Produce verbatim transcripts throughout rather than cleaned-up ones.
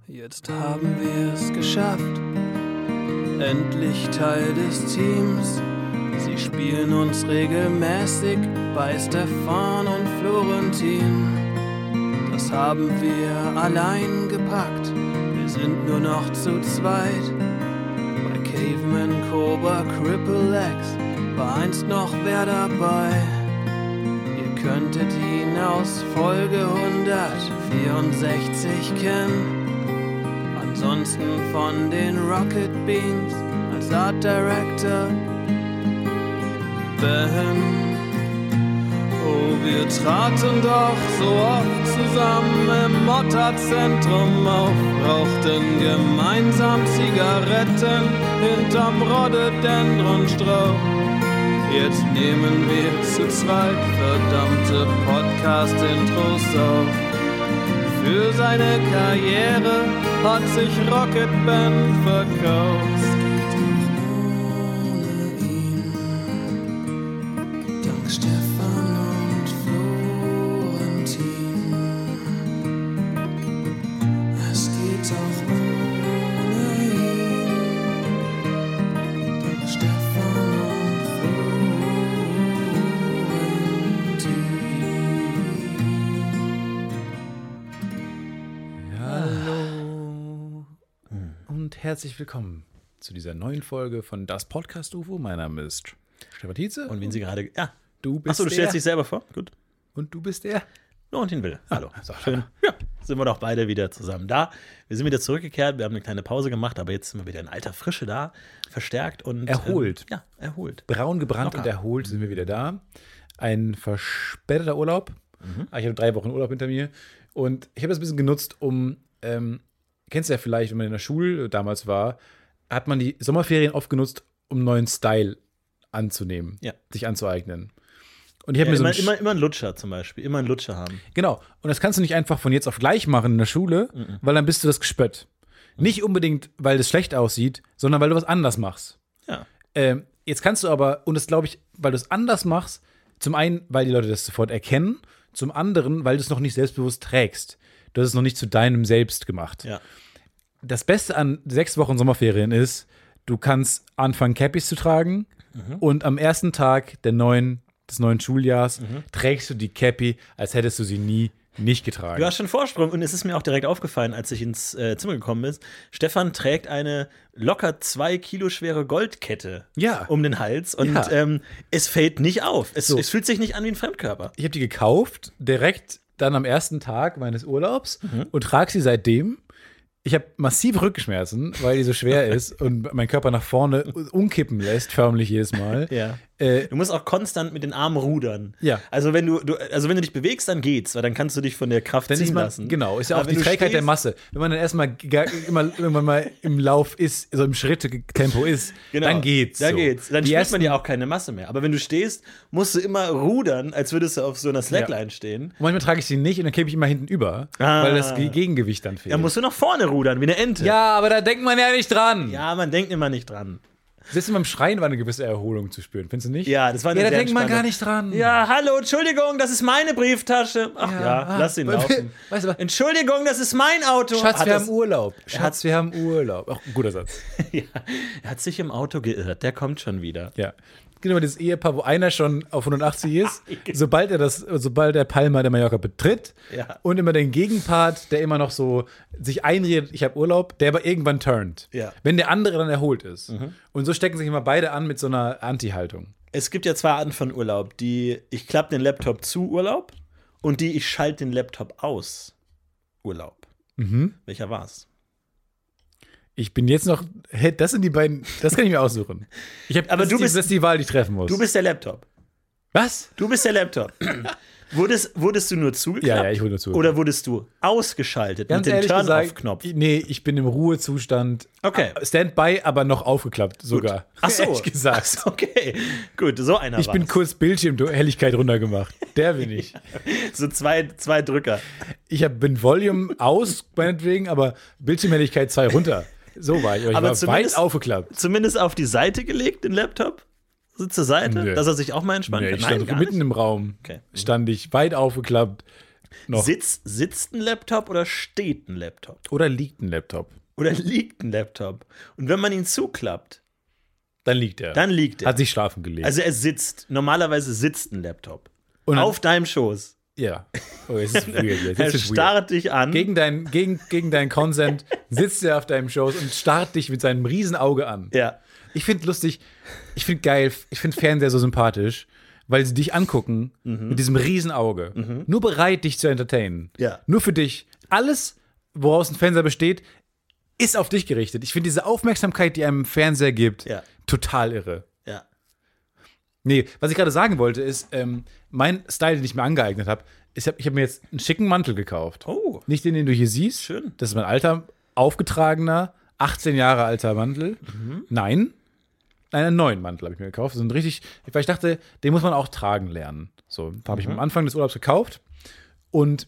Jetzt haben wir es geschafft, endlich Teil des Teams. Sie spielen uns regelmäßig bei Stefan und Florentin. Das haben wir allein gepackt, wir sind nur noch zu zweit. Bei Caveman, Cobra, Cripple X war einst noch wer dabei. Ihr könntet ihn aus Folge hundertvierundsechzig kennen. Ansonsten von den Rocket Beans als Art Director Ben. Oh, wir traten doch so oft zusammen im Motterzentrum auf, rauchten gemeinsam Zigaretten hinterm Rhododendronstrauch. Jetzt nehmen wir zu zweit verdammte Podcast-Intros auf. Für seine Karriere hat sich Rocket Ben verkauft. Es geht auch ohne ihn, dank Stefan und Florentin. Es geht auch ohne ihn, dank Stefan und Florentin. Und herzlich willkommen zu dieser neuen Folge von Das Podcast U F O. Mein Name ist Stefan Tietze. Und wen Sie gerade. Ja, du bist Achso, du der. stellst dich selber vor? Gut. Und du bist der. Florentin Will. Hallo. So, Schön. Ja, sind wir doch beide wieder zusammen da. Wir sind wieder zurückgekehrt. Wir haben eine kleine Pause gemacht, aber jetzt sind wir wieder in alter Frische da. Verstärkt und. Erholt. Ähm, ja, erholt. Braun gebrannt Locker. und erholt sind wir wieder da. Ein verspäteter Urlaub. Mhm. Ich habe drei Wochen Urlaub hinter mir. Und ich habe das ein bisschen genutzt, um. Ähm, kennst du ja vielleicht, wenn man in der Schule damals war, hat man die Sommerferien oft genutzt, um einen neuen Style anzunehmen, Ja. sich anzueignen. Und ich habe Ja, mir so immer, einen immer, immer einen Lutscher zum Beispiel. Immer einen Lutscher haben. Genau. Und das kannst du nicht einfach von jetzt auf gleich machen in der Schule, Mhm. weil dann bist du das Gespött. Nicht unbedingt, weil das schlecht aussieht, sondern weil du was anders machst. Ja. Ähm, jetzt kannst du aber, und das glaube ich, weil du es anders machst, zum einen, weil die Leute das sofort erkennen, zum anderen, weil du es noch nicht selbstbewusst trägst. Du hast es noch nicht zu deinem Selbst gemacht. Ja. Das Beste an sechs Wochen Sommerferien ist, du kannst anfangen, Cappies zu tragen Mhm. und am ersten Tag der neuen, des neuen Schuljahrs Mhm. trägst du die Cappy, als hättest du sie nie nicht getragen. Du hast schon Vorsprung und es ist mir auch direkt aufgefallen, als ich ins äh, Zimmer gekommen bin. Stefan trägt eine locker zwei Kilo schwere Goldkette Ja. um den Hals und Ja. ähm, es fällt nicht auf. Es, So. es fühlt sich nicht an wie ein Fremdkörper. Ich habe die gekauft, direkt dann am ersten Tag meines Urlaubs Mhm. und trage sie seitdem. Ich habe massive Rückenschmerzen, weil die so schwer ist und mein Körper nach vorne umkippen lässt, förmlich jedes Mal. Ja. Äh, Du musst auch konstant mit den Armen rudern. Ja. Also wenn du, du, also wenn du dich bewegst, dann geht's, weil dann kannst du dich von der Kraft Dann ziehen ist man, lassen. genau, ist ja Aber auch wenn die du Trägheit der stehst- Masse. Wenn man dann erstmal gar- immer, irgendwann mal im Lauf ist, so im Schritttempo ist, Genau, dann geht's. Dann so. geht's. Dann die spürt ersten, man ja auch keine Masse mehr. Aber wenn du stehst, musst du immer rudern, als würdest du auf so einer Slackline stehen. Und manchmal trage ich sie nicht und dann kippe ich immer hinten über, Ah. weil das Ge- Gegengewicht dann fehlt. Dann musst du nach vorne rudern, wie eine Ente. ja, aber da denkt man ja nicht dran. Ja, man denkt immer nicht dran. Selbst beim Schreien war eine gewisse Erholung zu spüren, findest du nicht? Ja, das war eine Ja, da sehr denkt man gar entspannte- nicht dran. Ja, hallo, Entschuldigung, das ist meine Brieftasche. Ach ja, Ja, ah, lass ihn weil- laufen. weißt du was? Entschuldigung, das ist mein Auto. Schatz, Hat wir das- haben Urlaub. Schatz, wir haben Urlaub. Auch ein guter Satz. Ja, er hat sich im Auto geirrt, der kommt schon wieder. Ja. Genau, dieses Ehepaar, wo einer schon auf hundertachtzig ist, sobald er das, sobald der Palma der Mallorca betritt, Ja. und immer den Gegenpart, der immer noch so sich einredet, ich habe Urlaub, der aber irgendwann turnt. Ja. Wenn der andere dann erholt ist. Und so stecken sich immer beide an mit so einer Anti-Haltung. Es gibt ja zwei Arten von Urlaub. Die ich klappe den Laptop zu Urlaub und die ich schalte den Laptop aus Urlaub. Mhm. Welcher war's? Ich bin jetzt noch, hey, das sind die beiden, das kann ich mir aussuchen. Ich hab, Aber das du ist die, bist- das ist die Wahl, die ich treffen muss. Du bist der Laptop. Was? Du bist der Laptop. wurdest, wurdest du nur zugeklappt? Ja, ja, ich wurde nur zugeklappt. Oder wurdest du ausgeschaltet Ganz mit dem ehrlich gesagt, Turn-off-Knopf? nee, ich bin im Ruhezustand. Okay. Standby, aber noch aufgeklappt sogar. Ach so. Ehrlich gesagt. Ach so, okay. Gut, so einer Ich bin war's. kurz Bildschirmhelligkeit runtergemacht. Der bin ich. So zwei, zwei Drücker. Ich hab, bin Volume aus, meinetwegen, aber Bildschirmhelligkeit zwei runter. So war ich. Aber ich Aber war zumindest- weit aufgeklappt. Zumindest auf die Seite gelegt, den Laptop? So zur Seite, Nö. dass er sich auch mal entspannen Nee, kann? ich stand Nein, gar mitten nicht. im Raum. Okay. Stand ich weit aufgeklappt. Noch. Sitz, sitzt ein Laptop oder steht ein Laptop? Oder liegt ein Laptop? Oder liegt ein Laptop? Und wenn man ihn zuklappt, Dann liegt er. dann liegt er. Hat sich schlafen gelegt. Also er sitzt. Normalerweise sitzt ein Laptop. Und dann- auf deinem Schoß. ja. Oh, jetzt ist weird. Jetzt Er ist es weird. starrt dich an. Gegen dein, gegen, gegen deinen Consent sitzt er auf deinem Schoß und starrt dich mit seinem Riesenauge an. ja. Ich finde lustig, ich finde geil, ich finde Fernseher so sympathisch, weil sie dich angucken mit diesem Riesenauge. Nur bereit, dich zu entertainen. Ja. Nur für dich. Alles, woraus ein Fernseher besteht, ist auf dich gerichtet. Ich finde diese Aufmerksamkeit, die einem Fernseher gibt, Ja. total irre. Ja. Nee, was ich gerade sagen wollte, ist, ähm, mein Style, den ich mir angeeignet habe, ist, ich habe hab mir jetzt einen schicken Mantel gekauft. Oh. Nicht den, den du hier siehst. Schön. Das ist mein alter, aufgetragener, achtzehn Jahre alter Mantel. Mhm. Nein. Nein, einen neuen Mantel habe ich mir gekauft. So ein richtig, weil ich dachte, den muss man auch tragen lernen. So, habe ich Mhm. am Anfang des Urlaubs gekauft und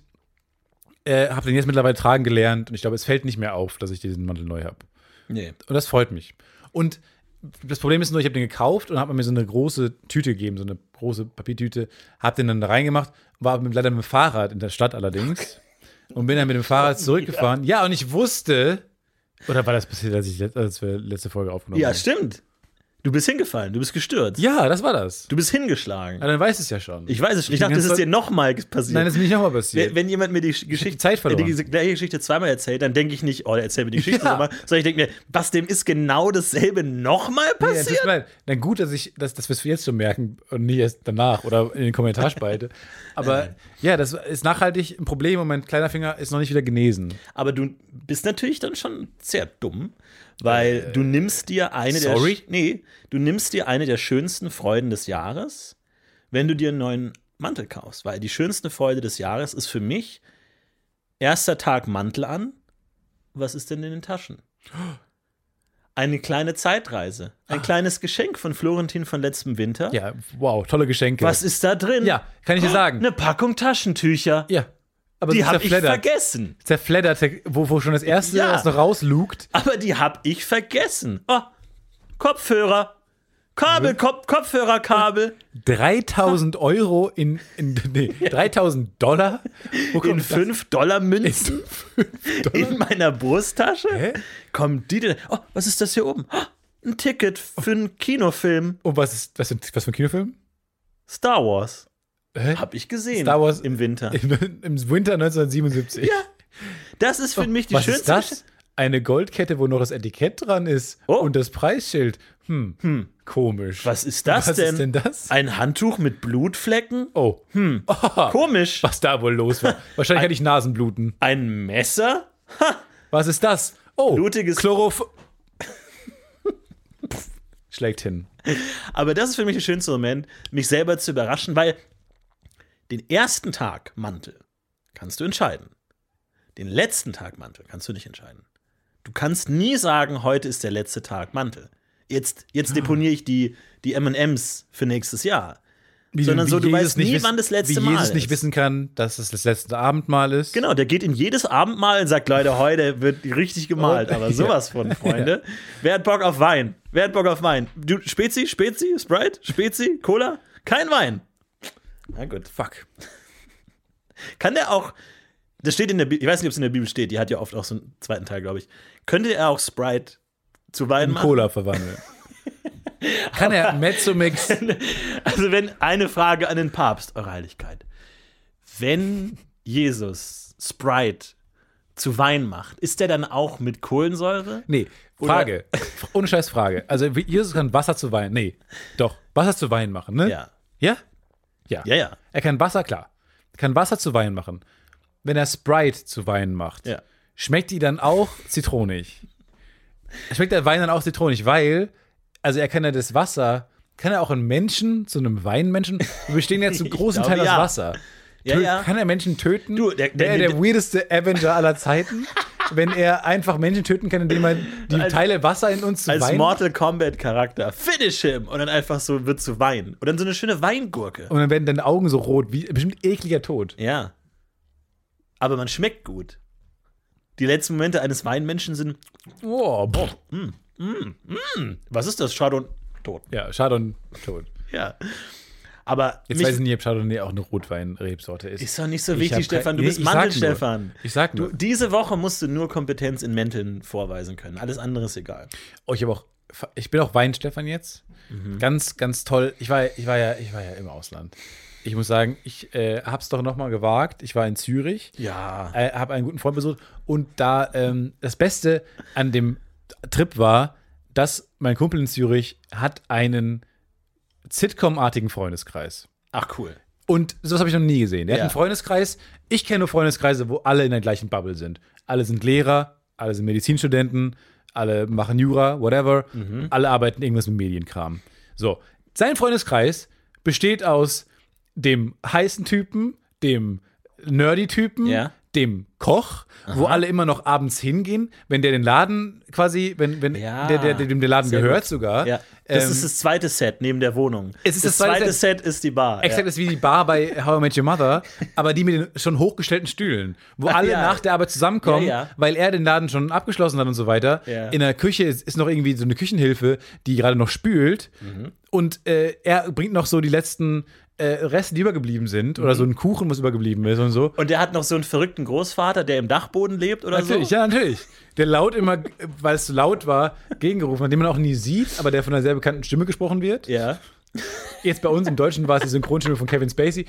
äh, habe den jetzt mittlerweile tragen gelernt. Und ich glaube, es fällt nicht mehr auf, dass ich diesen Mantel neu habe. Nee. Und das freut mich. Und das Problem ist nur, ich habe den gekauft und habe mir so eine große Tüte gegeben, so eine große Papiertüte, habe den dann da reingemacht, war mit, leider mit dem Fahrrad in der Stadt allerdings und bin dann mit dem Fahrrad zurückgefahren. Ja, und ich wusste, oder war das passiert, als, ich, als wir letzte Folge aufgenommen Ja, haben? stimmt. Du bist hingefallen, du bist gestürzt. Ja, das war das. Du bist hingeschlagen. Ja, dann weiß es ja schon. Ich weiß es schon. Ich bin dachte, das ganz ist dir nochmal passiert. Nein, das ist mir nicht nochmal passiert. wenn, wenn jemand mir die Geschichte, Zeit verloren. diese gleiche Geschichte zweimal erzählt, dann denke ich nicht, oh, der erzählt mir die Geschichte Ja. nochmal, sondern ich denke mir, was, dem ist genau dasselbe nochmal Nee, das passiert? ist mein, dann gut, dass ich, dass, dass wir es jetzt schon merken und nicht erst danach oder in den Kommentarspalte. Aber ja, das ist nachhaltig ein Problem und mein kleiner Finger ist noch nicht wieder genesen. Aber du bist natürlich dann schon sehr dumm, weil du nimmst dir eine sorry? der nee, du nimmst dir eine der schönsten Freuden des Jahres, wenn du dir einen neuen Mantel kaufst, weil die schönste Freude des Jahres ist für mich erster Tag Mantel an. Was ist denn in den Taschen? Eine kleine Zeitreise, ein kleines Geschenk von Florentin von letztem Winter. Ja, wow, tolle Geschenke. Was ist da drin? Ja, kann ich dir sagen. Eine Packung Taschentücher. Ja. Aber Die sie habe ich zerfleddert. vergessen. Zerfleddert, wo, wo schon das erste, Ja. was noch rauslugt. Aber die hab ich vergessen. Oh, Kopfhörer. Kabel, Kop Kopfhörerkabel. dreitausend Euro in, in nee, dreitausend Dollar? Wo In kommt das? fünf Dollar Münzen in meiner Brusttasche. Hä? Kommt die denn? Oh, was ist das hier oben? Oh, ein Ticket für einen Kinofilm. Und was ist, was, für, was für ein Kinofilm? Star Wars. Hä? Hab ich gesehen. Star Wars im Winter. Im, Im Winter neunzehnhundertsiebenundsiebzig. Ja. Das ist für mich die Was schönste ist das? Eine Goldkette, wo noch das Etikett dran ist Oh. und das Preisschild. Hm, hm. Komisch. Was ist das Was denn? ist denn das? Ein Handtuch mit Blutflecken? Oh, hm. Oh, Komisch. was da wohl los war. Wahrscheinlich hatte ich Nasenbluten. Ein Messer? Was ist das? Oh, Blutiges- Chlorof... Schlägt hin. Aber das ist für mich der schönste Moment, mich selber zu überraschen, weil den ersten Tag Mantel kannst du entscheiden. Den letzten Tag Mantel kannst du nicht entscheiden. Du kannst nie sagen, heute ist der letzte Tag Mantel. Jetzt, jetzt deponiere ich die, die M und M's für nächstes Jahr. Wie, Sondern so, du Jesus weißt nie, nicht wiss- wann das letzte wie Mal Jesus ist. nicht wissen kann, dass es das letzte Abendmahl ist. Genau, der geht in jedes Abendmahl und sagt, Leute, heute wird richtig gemalt, Oh, aber ja. sowas von, Freunde. Wer hat Bock auf Wein? Wer hat Bock auf Wein? Du, Spezi, Spezi, Sprite, Spezi, Cola? Kein Wein. Na gut. Fuck. Kann der auch, das steht in der Bibel, ich weiß nicht, ob es in der Bibel steht, die hat ja oft auch so einen zweiten Teil, glaube ich. Könnte er auch Sprite zu Wein In machen? Cola verwandeln. Kann er Mezzomix. Also wenn, eine Frage an den Papst, Eure Heiligkeit. Wenn Jesus Sprite zu Wein macht, ist der dann auch mit Kohlensäure? Nee, Frage. Ohne Scheiß Frage. Also wie- Jesus kann Wasser zu Wein. Nee, doch. Wasser zu Wein machen, ne? Ja. Ja? Ja. Ja, ja. Er kann Wasser, klar. Er kann Wasser zu Wein machen. Wenn er Sprite zu Wein macht, Ja. schmeckt die dann auch zitronig? Schmeckt der Wein dann auch zitronig? Weil, also er kann ja das Wasser, kann er auch einen Menschen, zu einem Weinmenschen, wir bestehen ja zum großen Ich Teil glaube, aus ja. Wasser. Ja, Tö- ja. Kann er Menschen töten? Du, der- der- Wäre er der, der- weirdeste Avenger aller Zeiten, wenn er einfach Menschen töten kann, indem er die Als- Teile Wasser in uns zu Als Wein Mortal Kombat Charakter. Finish him! Und dann einfach so wird zu Wein. Und dann so eine schöne Weingurke. und dann werden deine Augen so rot, wie bestimmt ekliger Tod. Ja. Aber man schmeckt gut. Die letzten Momente eines Weinmenschen sind, Oh, boah. was ist das? Schade und tot. Ja, schade und tot. Ja. Aber Jetzt mich, weiß ich nicht, ob Chardonnay auch eine Rotwein-Rebsorte ist. ist doch nicht so Ich wichtig, hab kein- Stefan. Du Nee, bist ich sag Mandel, nur. Stefan. Ich sag Du, nur. diese Woche musst du nur Kompetenz in Mänteln vorweisen können. Alles andere ist egal. Oh, ich habe auch, ich bin auch Wein-Stefan jetzt. Mhm. Ganz, ganz toll. Ich war, ich war ja, ich war ja im Ausland. Ich muss sagen, ich äh, habe es doch noch mal gewagt. Ich war in Zürich, Ja. äh, habe einen guten Freund besucht und da ähm, das Beste an dem Trip war, dass mein Kumpel in Zürich hat einen Sitcom-artigen Freundeskreis. Ach, cool. Und sowas habe ich noch nie gesehen. Er Ja. hat einen Freundeskreis. Ich kenne nur Freundeskreise, wo alle in der gleichen Bubble sind. Alle sind Lehrer, alle sind Medizinstudenten, alle machen Jura, whatever. Mhm. Alle arbeiten irgendwas mit Medienkram. So, sein Freundeskreis besteht aus dem heißen Typen, dem Nerdy-Typen, Ja. dem Koch, wo alle immer noch abends hingehen, wenn der den Laden quasi, wenn, wenn Ja. der, der, der dem der Laden Sehr gehört gut. sogar. Ja. Das ähm, ist das zweite Set neben der Wohnung. Es ist das, das zweite zweite Set ist die Bar. Exakt, ist wie die Bar bei How I Met Your Mother, aber die mit den schon hochgestellten Stühlen, wo alle Ja. nach der Arbeit zusammenkommen, Ja, ja. weil er den Laden schon abgeschlossen hat und so weiter. Ja. In der Küche ist, ist noch irgendwie so eine Küchenhilfe, die gerade noch spült Mhm. und äh, er bringt noch so die letzten äh, Reste, die übergeblieben sind oder so einen Kuchen, was übergeblieben ist und so. Und der hat noch so einen verrückten Großvater, der im Dachboden lebt oder Natürlich, so? ja, natürlich. Der laut immer, weil es so laut war, gegengerufen hat, den man auch nie sieht, aber der von einer sehr bekannten Stimme gesprochen wird. Ja. Jetzt bei uns im Deutschen war es die Synchronstimme von Kevin Spacey.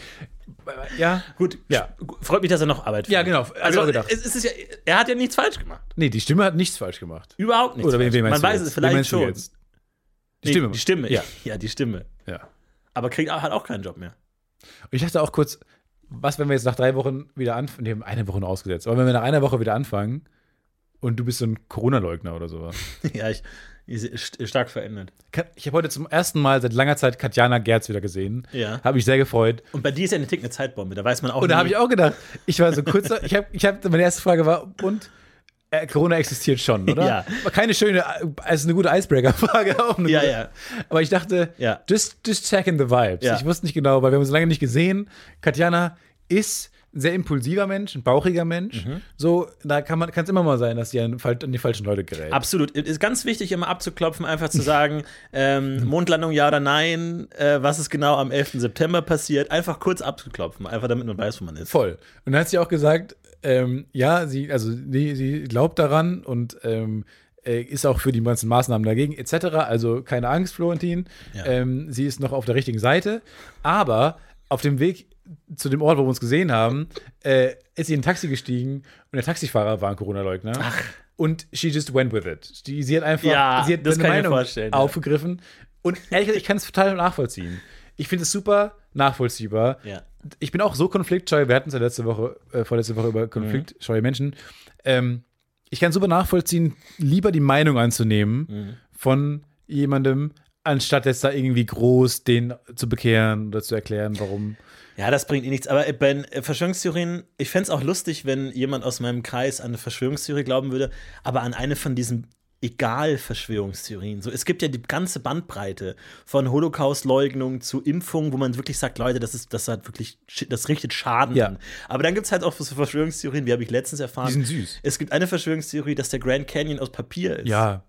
Ja, Gut, Ja. freut mich, dass er noch Arbeit Ja, findet. genau. Hab ich Also, auch gedacht. es ist ja, er hat ja nichts falsch gemacht. Nee, die Stimme hat nichts falsch gemacht. Überhaupt nichts Oder wen, falsch. wen meinst Man du weiß jetzt? es Wen vielleicht meinst du schon. jetzt? Die Nee, Stimme. Die Stimme, Ja. ja, die Stimme. Ja. Aber kriegt, auch- hat auch keinen Job mehr. Und ich dachte auch kurz, was, wenn wir jetzt nach drei Wochen wieder anfangen? Nee, eine Woche nur ausgesetzt. Aber wenn wir nach einer Woche wieder anfangen und du bist so ein Corona-Leugner oder sowas. Ja, ich, ich st- stark verändert. Ich habe heute zum ersten Mal seit langer Zeit Katjana Gerz wieder gesehen. Ja. Habe mich sehr gefreut. Und bei dir ist ja eine Tick eine Zeitbombe, da weiß man auch Und da nie- habe ich auch gedacht, ich war so kurz, ich habe, ich hab, meine erste Frage war, und? Äh, Corona existiert schon, oder? Ja. War keine schöne, also eine gute Icebreaker-Frage auch. Eine Ja, gute. ja. Aber ich dachte, Ja. just, just checking the vibes. Ja. Ich wusste nicht genau, weil wir haben uns lange nicht gesehen. Katjana ist ein sehr impulsiver Mensch, ein bauchiger Mensch. Mhm. So, da kann man, kann es immer mal sein, dass sie an, an die falschen Leute gerät. Absolut. Ist ganz wichtig, immer abzuklopfen, einfach zu sagen, ähm, Mondlandung ja oder nein, äh, was ist genau am elften September passiert. Einfach kurz abzuklopfen, einfach damit man weiß, wo man ist. Voll. Und dann hat sie auch gesagt, ähm, ja, sie, also sie, sie glaubt daran und ähm, äh, ist auch für die ganzen Maßnahmen dagegen, et cetera. Also keine Angst, Florentin. Ja. Ähm, sie ist noch auf der richtigen Seite. Aber auf dem Weg zu dem Ort, wo wir uns gesehen haben, äh, ist sie in ein Taxi gestiegen und der Taxifahrer war ein Corona-Leugner. Ach. Und she just went with it. Die, sie hat einfach Ja, sie hat das seine kann ich mir Meinung vorstellen, ja. aufgegriffen. Und ehrlich gesagt, ich kann es total nachvollziehen. Ich finde es super nachvollziehbar. Ja. Ich bin auch so konfliktscheu. Wir hatten es ja letzte Woche, äh, vorletzte Woche über konfliktscheue Menschen. Ähm, ich kann super nachvollziehen, lieber die Meinung anzunehmen Mhm. von jemandem, anstatt jetzt da irgendwie groß den zu bekehren oder zu erklären, warum. Ja, das bringt eh nichts. Aber bei äh, Verschwörungstheorien, ich fände es auch lustig, wenn jemand aus meinem Kreis an eine Verschwörungstheorie glauben würde, aber an eine von diesen Egal-Verschwörungstheorien. So, es gibt ja die ganze Bandbreite von Holocaust-Leugnung zu Impfungen, wo man wirklich sagt, Leute, das ist, das hat wirklich, das richtet Schaden Ja. an. Aber dann gibt es halt auch so Verschwörungstheorien, wie habe ich letztens erfahren. Die sind süß. Es gibt eine Verschwörungstheorie, dass der Grand Canyon aus Papier ist. Ja.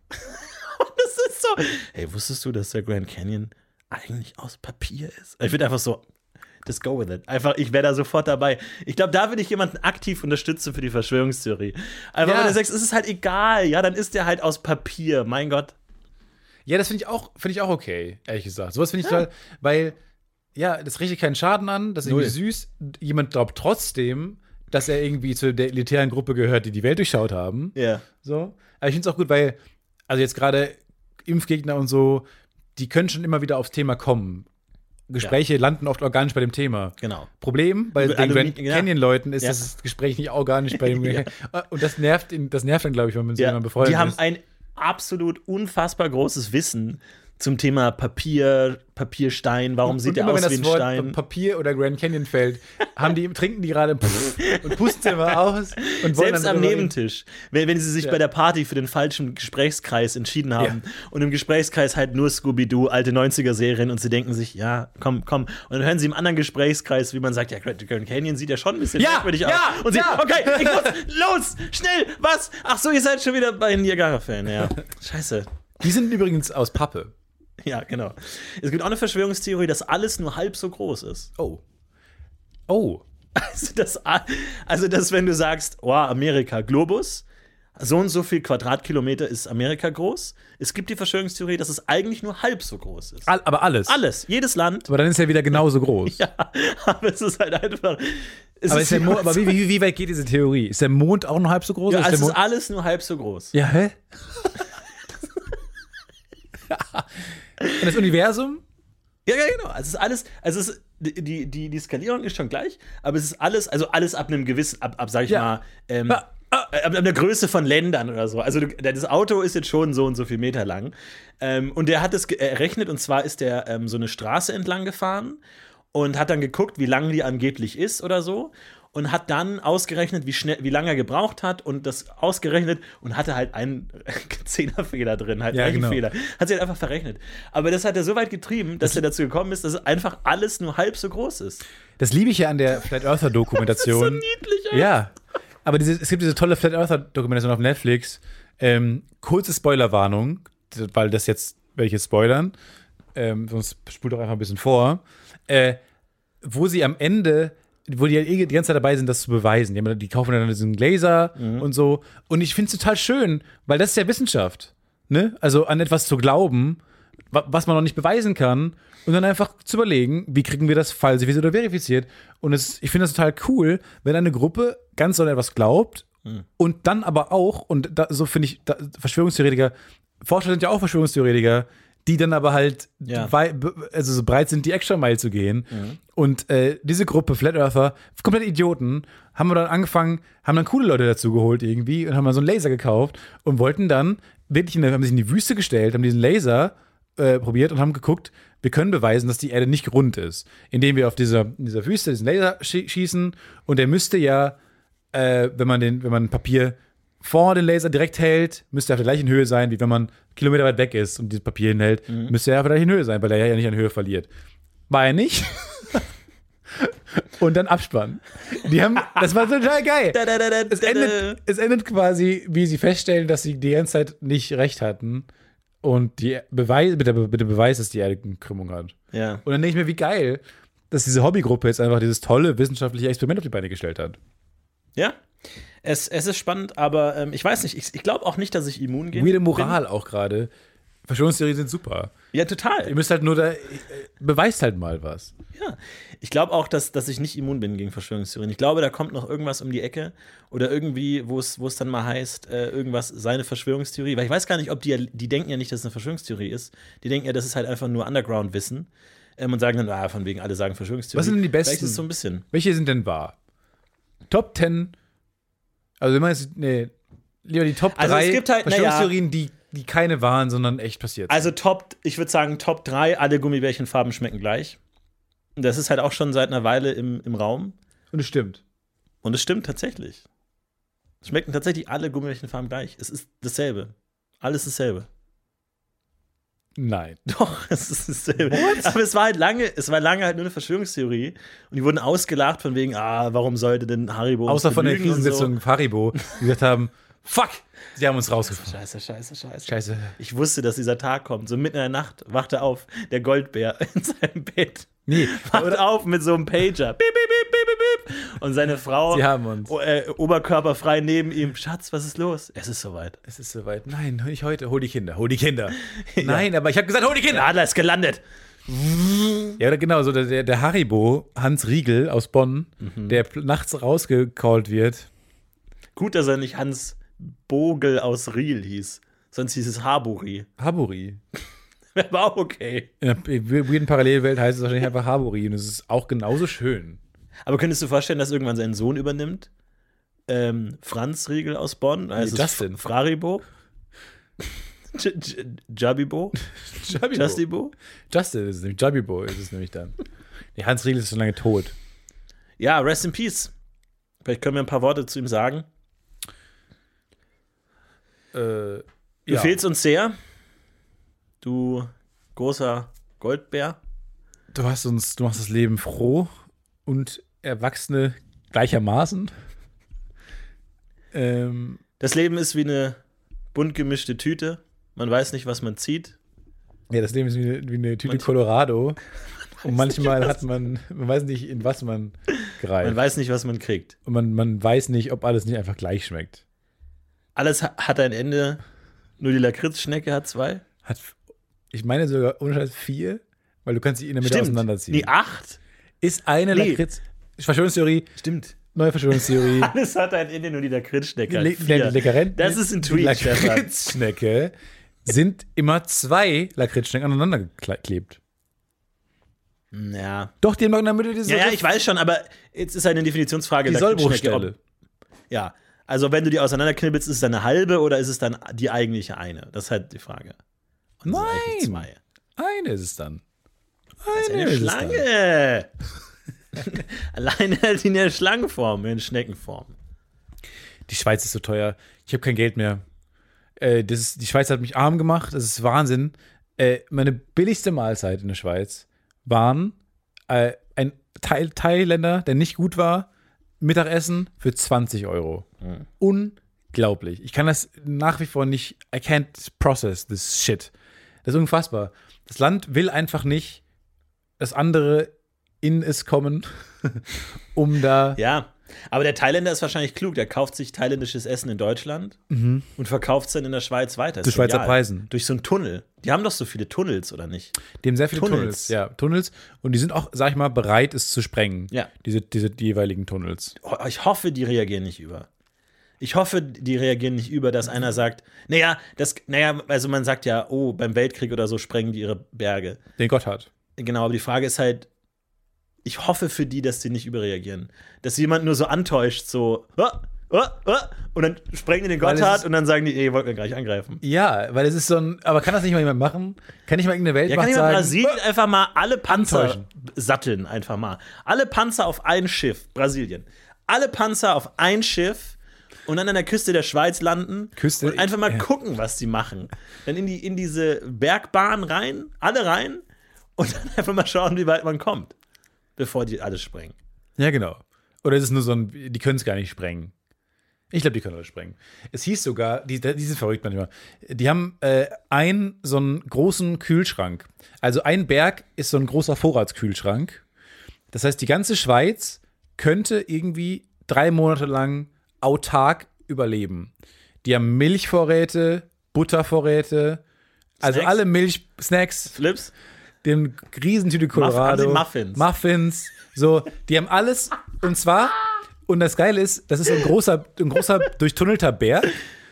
Das ist so. Hey, wusstest du, dass der Grand Canyon eigentlich aus Papier ist? Ich würde einfach so, just go with it. Einfach, ich wäre da sofort dabei. Ich glaube, da würde ich jemanden aktiv unterstützen für die Verschwörungstheorie. Einfach, Ja. wenn du sagst, es ist halt egal. Ja, dann ist der halt aus Papier. Mein Gott. Ja, das finde ich auch, finde ich auch okay, ehrlich gesagt. Sowas finde ich toll, weil, ja, das richtet keinen Schaden an, das ist irgendwie Null. süß. Jemand glaubt trotzdem, dass er irgendwie zu der elitären Gruppe gehört, die die Welt durchschaut haben. Ja. So. Aber ich finde es auch gut, weil, also jetzt gerade Impfgegner und so, die können schon immer wieder aufs Thema kommen. Gespräche landen oft organisch bei dem Thema. Genau. Problem bei Über den Alumni- Grand ja. Canyon-Leuten ist, Ja. dass das Gespräch nicht organisch bei dem Ja. Und das nervt ihn, das nervt dann, glaube ich, wenn man so Ja. jemand befreundet Die haben ist. ein absolut unfassbar großes Wissen zum Thema Papier, Papierstein. Warum sieht und der immer, aus wenn wie das ein Wort Stein? Papier oder Grand Canyon fällt, haben die, trinken die gerade und pusten sie immer aus. Und wollen Selbst dann am drüber Nebentisch, wenn, wenn sie sich Ja. bei der Party für den falschen Gesprächskreis entschieden haben Ja. und im Gesprächskreis halt nur Scooby-Doo, alte neunziger-Serien und sie denken sich, ja, komm, komm. Und dann hören sie im anderen Gesprächskreis, wie man sagt, ja, Grand Canyon sieht ja schon ein bisschen Ja, merkwürdig ja, aus. Und sie, ja. okay, ich muss, los, schnell, was? Ach so, ihr seid schon wieder bei Niagara-Fan, ja. Scheiße. Die sind übrigens aus Pappe. Ja, genau. Es gibt auch eine Verschwörungstheorie, dass alles nur halb so groß ist. Oh. Oh. Also, dass, also, dass wenn du sagst, oh, Amerika, Globus, so und so viel Quadratkilometer ist Amerika groß. Es gibt die Verschwörungstheorie, dass es eigentlich nur halb so groß ist. All, aber alles? Alles, jedes Land. Aber dann ist er wieder genauso groß. Ja, aber es ist halt einfach. Es aber ist ist der Mond, aber wie, wie, wie weit geht diese Theorie? Ist der Mond auch nur halb so groß? Ja, ist also der es ist alles nur halb so groß. Ja, hä? Und das Universum? Ja, ja, genau. Also es ist alles, also es ist, die, die, die Skalierung ist schon gleich, aber es ist alles, also alles ab einem gewissen, ab, ab sag ich Ja. mal, ähm, Ja. ab einer Größe von Ländern oder so. Also du, das Auto ist jetzt schon so und so viel Meter lang. Ähm, und der hat es ge- errechnet, und zwar ist der ähm, so eine Straße entlang gefahren und hat dann geguckt, wie lang die angeblich ist oder so. Und hat dann ausgerechnet, wie schnell, wie lange er gebraucht hat und das ausgerechnet und hatte halt einen Zehnerfehler drin, halt Ja, einen genau. Fehler. Hat sich halt einfach verrechnet. Aber das hat er so weit getrieben, dass er dazu gekommen ist, dass einfach alles nur halb so groß ist. Das liebe ich ja an der Flat Earther Dokumentation. So niedlich, ey. Ja. Aber diese, es gibt diese tolle Flat Earther Dokumentation auf Netflix. Ähm, kurze Spoilerwarnung, weil das jetzt welche spoilern. Ähm, sonst spult doch einfach ein bisschen vor. Äh, wo sie am Ende, wo die ja eh die ganze Zeit dabei sind, das zu beweisen. Die, haben, die kaufen dann diesen Laser Mhm. und so. Und ich finde es total schön, weil das ist ja Wissenschaft. Ne? Also an etwas zu glauben, wa- was man noch nicht beweisen kann. Und dann einfach zu überlegen, wie kriegen wir das falsifiziert oder verifiziert. Und es, ich finde das total cool, wenn eine Gruppe ganz so an etwas glaubt und dann aber auch, und da, so finde ich, da, Verschwörungstheoretiker, Forscher sind ja auch Verschwörungstheoretiker, die dann aber halt Ja. wei- also so bereit sind, die extra Mile zu gehen. Und äh, diese Gruppe, Flat Earther, komplett Idioten, haben wir dann angefangen, haben dann coole Leute dazu geholt irgendwie und haben dann so einen Laser gekauft und wollten dann wirklich, in der, haben sich in die Wüste gestellt, haben diesen Laser äh, probiert und haben geguckt, wir können beweisen, dass die Erde nicht rund ist, indem wir auf dieser, in dieser Wüste diesen Laser schie- schießen und der müsste ja, äh, wenn man den, wenn man Papier vor den Laser direkt hält, müsste er auf der gleichen Höhe sein, wie wenn man Kilometer weit weg ist und dieses Papier hinhält, müsste er auf der gleichen Höhe sein, weil er ja nicht an Höhe verliert. War er nicht. Und dann Abspann. Die haben, das war total geil. Da, da, da, da, Es da, endet, es endet quasi, wie sie feststellen, dass sie die ganze Zeit nicht recht hatten und die Beweis, bitte, bitte Beweis, dass die Erde eine Krümmung hat. Ja. Und dann denke ich mir, wie geil, dass diese Hobbygruppe jetzt einfach dieses tolle wissenschaftliche Experiment auf die Beine gestellt hat. Ja. Es, es ist spannend, aber ähm, ich weiß nicht, ich, ich glaube auch nicht, dass ich immun gehen Weirde Moral auch gerade. Verschwörungstheorien sind super. bin. Ja, total. Ihr müsst halt nur da, äh, beweist halt mal was. Ja, ich glaube auch, dass, dass ich nicht immun bin gegen Verschwörungstheorien. Ich glaube, da kommt noch irgendwas um die Ecke oder irgendwie, wo es wo es dann mal heißt, äh, irgendwas sei eine Verschwörungstheorie. Weil ich weiß gar nicht, ob die, die denken ja nicht, dass es eine Verschwörungstheorie ist. Die denken ja, das ist halt einfach nur Underground-Wissen ähm, und sagen dann, ah, von wegen, alle sagen Verschwörungstheorie. Was sind denn die besten? Vielleicht ist es so ein bisschen. Welche sind denn wahr? Top zehn, also wenn man jetzt, nee, lieber die Top drei Also es gibt halt, naja- Verschwörungstheorien, die, die keine waren, sondern echt passiert sind. Also Top, ich würde sagen, Top drei, alle Gummibärchenfarben schmecken gleich. Und das ist halt auch schon seit einer Weile im, im Raum. Und es stimmt. Und es stimmt tatsächlich. Es schmecken tatsächlich alle Gummibärchenfarben gleich. Es ist dasselbe. Alles dasselbe. Nein. Doch, es ist dasselbe. Aber es war halt lange, es war lange halt nur eine Verschwörungstheorie. Und die wurden ausgelacht von wegen, ah, warum sollte denn Haribo uns Außer von der belügen und Krisensitzung so. Haribo, die gesagt haben, fuck, sie haben uns rausgefunden. Scheiße, scheiße, scheiße. Scheiße. Ich wusste, dass dieser Tag kommt. So mitten in der Nacht wachte auf, der Goldbär in seinem Bett. Nee, Wacht auf mit so einem Pager. Piep, piep, piep, piep, piep, piep. Und seine Frau, sie haben uns. o- äh, oberkörperfrei neben ihm. Schatz, was ist los? Es ist soweit. Es ist soweit. Nein, nicht heute. Hol die Kinder. Hol die Kinder. Nein, aber ich habe gesagt, hol die Der Kinder. Adler ist gelandet. Ja, oder genau, so der- der, der Haribo, Hans Riegel aus Bonn, der pl- nachts rausgecallt wird. Gut, dass er nicht Hans Bogel aus Riel hieß. Sonst hieß es Haburi. Haburi. War auch okay. In der weirden Parallelwelt heißt es wahrscheinlich einfach Haburi und es ist auch genauso schön. Aber könntest du dir vorstellen, dass irgendwann sein Sohn übernimmt? Ähm, Franz Riegel aus Bonn. Also Nee, Justin. Fraribo. J- J- Jabibo. Jabibo. Justibo. Justin ist es nämlich. Jabibo ist es nämlich dann. Nee, Hans Riegel ist schon lange tot. Ja, rest in peace. Vielleicht können wir ein paar Worte zu ihm sagen. Äh, Du ja. fehlst uns sehr. Du großer Goldbär. Du hast uns, du machst das Leben froh und Erwachsene gleichermaßen. Ähm, Das Leben ist wie eine bunt gemischte Tüte. Man weiß nicht, was man zieht. Ja, das Leben ist wie eine, wie eine Tüte Manchmal- Colorado. Und manchmal nicht, hat man, man weiß nicht, in was man greift. Man weiß nicht, was man kriegt. Und man, man weiß nicht, ob alles nicht einfach gleich schmeckt. Alles ha- hat ein Ende, nur die Lakritzschnecke hat zwei. Hat, ich meine sogar ohne Scheiß vier, weil du kannst sie in der Mitte auseinanderziehen. Die acht? Ist eine Nee. Lakritz. Verschwörungstheorie, Stimmt. neue Verschwörungstheorie. Alles hat ein Ende, nur die Lakritzschnecke hat Die vier. Leckereien- Das ist ein die Tweet, Stefan. Lakritzschnecke sind immer zwei Lakritzschnecken aneinander geklebt. Ja. Doch, die haben in der Mitte diese Ja, ja, ich weiß schon, aber jetzt ist eine Definitionsfrage. die Lakritzschnecke, Sollbruchstelle. ob- Ja. Also, wenn du die auseinanderknibbelst, ist es dann eine halbe oder ist es dann die eigentliche eine? Das ist halt die Frage. Und es sind eigentlich Nein. Zwei. Eine ist es dann. Das ist Eine eine ist es dann. Schlange. Alleine halt in der Schlangenform, in Schneckenform. Die Schweiz ist so teuer. Ich habe kein Geld mehr. Äh, das ist, die Schweiz hat mich arm gemacht. Das ist Wahnsinn. Äh, meine billigste Mahlzeit in der Schweiz waren äh, ein Thail Thailänder, der nicht gut war, Mittagessen für zwanzig Euro. Mhm. Unglaublich. Ich kann das nach wie vor nicht, I can't process this shit. Das ist unfassbar. Das Land will einfach nicht, dass andere in es kommen, um da. Ja, aber der Thailänder ist wahrscheinlich klug. Der kauft sich thailändisches Essen in Deutschland und verkauft es dann in der Schweiz weiter. Zu Ist Schweizer egal. Preisen. Durch so einen Tunnel. Die haben doch so viele Tunnels, oder nicht? Die haben sehr viele Tunnels. Tunnels. Ja, Tunnels. Und die sind auch, sag ich mal, bereit, es zu sprengen. Ja. Diese, diese die jeweiligen Tunnels. Ich hoffe, die reagieren nicht über. Ich hoffe, die reagieren nicht über, dass einer sagt, naja, das, naja, also man sagt ja, oh, beim Weltkrieg oder so sprengen die ihre Berge. Den Gott hat. Genau, aber die Frage ist halt, ich hoffe für die, dass die nicht überreagieren. Dass jemand nur so antäuscht, so, oh, oh, oh, und dann sprengen die den Weil es Gotthard ist- und dann sagen die, ey, ihr wollt mir gleich angreifen. Ja, weil es ist so ein. Aber kann das nicht mal jemand machen? Kann nicht mal irgendeine Ja, Weltmacht kann ich mal sagen? Brasilien einfach mal alle Panzer Antäuschen. satteln, einfach mal. Alle Panzer auf ein Schiff, Brasilien. Alle Panzer auf ein Schiff und dann an der Küste der Schweiz landen Küste- und einfach mal ja. gucken, was die machen. Dann in, die, in diese Bergbahn rein, alle rein und dann einfach mal schauen, wie weit man kommt, bevor die alles sprengen. Ja, genau. Oder ist es nur so ein. Die können es gar nicht sprengen. Ich glaube, die können alles sprengen. Es hieß sogar, die, die sind verrückt manchmal. Die haben äh, einen so einen großen Kühlschrank. Also ein Berg ist so ein großer Vorratskühlschrank. Das heißt, die ganze Schweiz könnte irgendwie drei Monate lang autark überleben. Die haben Milchvorräte, Buttervorräte, also Snacks? alle Milch-Snacks, Flips? den Riesentüte Colorado. haben sie Muffins? Muffins. So, die haben alles. Und zwar, und das Geile ist, das ist so ein großer, ein großer durchtunnelter Berg.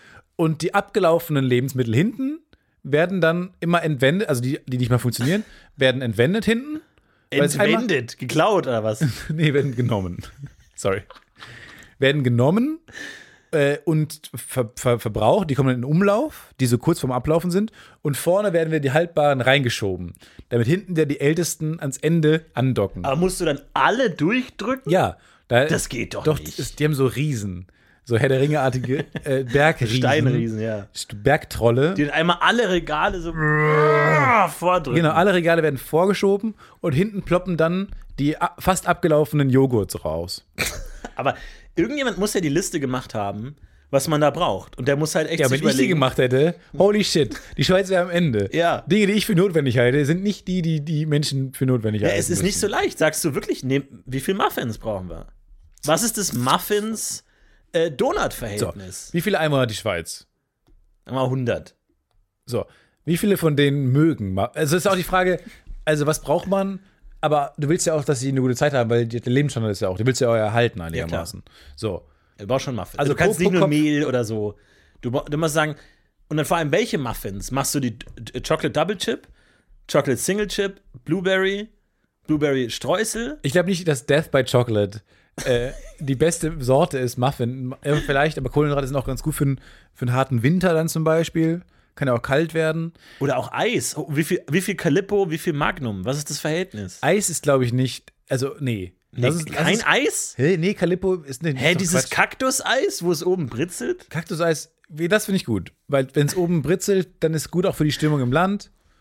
Und die abgelaufenen Lebensmittel hinten werden dann immer entwendet, also die, die nicht mehr funktionieren, werden entwendet hinten. weil es einmal- Entwendet? Geklaut oder was? Nee, werden genommen. Sorry. Werden genommen äh, und ver ver verbraucht. Die kommen dann in Umlauf, die so kurz vorm Ablaufen sind. Und vorne werden wir die haltbaren reingeschoben, damit hinten der die Ältesten ans Ende andocken. Aber musst du dann alle durchdrücken? Ja. Da, Das geht doch doch nicht. Ist, die haben so Riesen. So Herr der Ringe-artige äh, Bergriesen. Steinriesen, ja. Bergtrolle. Die einmal alle Regale so vordrücken. Genau, alle Regale werden vorgeschoben und hinten ploppen dann die a- fast abgelaufenen Joghurts raus. Aber irgendjemand muss ja die Liste gemacht haben, was man da braucht. Und der muss halt echt Ja, sich wenn ich die überlegen. gemacht hätte, holy shit, die Schweiz wäre am Ende. Ja. Dinge, die ich für notwendig halte, sind nicht die, die die Menschen für notwendig Ja, halten. es ist nicht so leicht. Sagst du wirklich, nehm, wie viel Muffins brauchen wir? Was ist das Muffins äh, So, Donut-Verhältnis? wie viele Einwohner hat die Schweiz? Mal hundert. So, wie viele von denen mögen? Ma- Also ist auch die Frage, also was braucht man? Aber du willst ja auch, dass sie eine gute Zeit haben, weil die- der Lebensstandard ist ja auch, du willst ja auch erhalten einigermaßen. So, Du brauchst schon Muffins. Also du kannst pro- nicht pro nur Kopf- Mehl oder so. Du, bra- du musst sagen, und dann vor allem welche Muffins? Machst du die D- Chocolate Double Chip, Chocolate Single Chip, Blueberry, Blueberry Streusel? ich glaube nicht, dass Death by Chocolate äh, die beste Sorte ist, Muffin. Ja, vielleicht, aber Kohlenhydrate sind auch ganz gut für, einen- für einen harten Winter dann zum Beispiel. Kann ja auch kalt werden. Oder auch Eis. Oh, wie viel, wie viel Calippo, wie viel Magnum? Was ist das Verhältnis? Eis ist, glaube ich, nicht, also nee. Nee, Das ist, das kein ist, Eis? Hey, nee, Calippo ist nicht. Hä, ist doch dieses Quatsch. Kaktuseis, wo es oben britzelt? Kaktuseis, wie, das finde ich gut. Weil, wenn es oben britzelt, dann ist gut auch für die Stimmung im Land.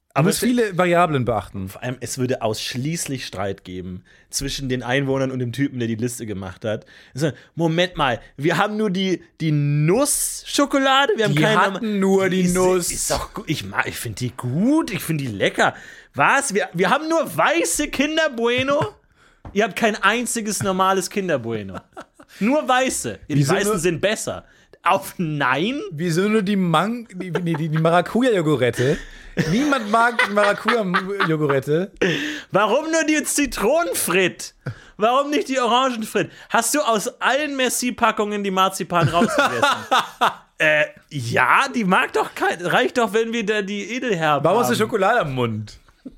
Man muss viele Variablen beachten. Vor allem, es würde ausschließlich Streit geben zwischen den Einwohnern und dem Typen, der die Liste gemacht hat. Also, Moment mal, wir haben nur die, die Nussschokolade, wir haben Die keine. hatten nur die ist, Nuss. Ist doch gut. Ich, mag- ich finde die gut, ich finde die lecker. Was? Wir, wir haben nur weiße Kinder Bueno? Ihr habt kein einziges normales Kinder Bueno. Nur weiße. Die Wieso weißen nur- sind besser. Auf Nein? Wieso nur die, Mang die, die, die, die Maracuja-Jogurette? Niemand mag die Maracuja-Jogurette. Warum nur die Zitronenfrit? Warum nicht die Orangenfrit? Hast du aus allen Merci-Packungen die Marzipan rausgegessen? äh, ja, die mag doch kein. Reicht doch, wenn wir da die Edelherben Warum hast du haben. Schokolade am Mund?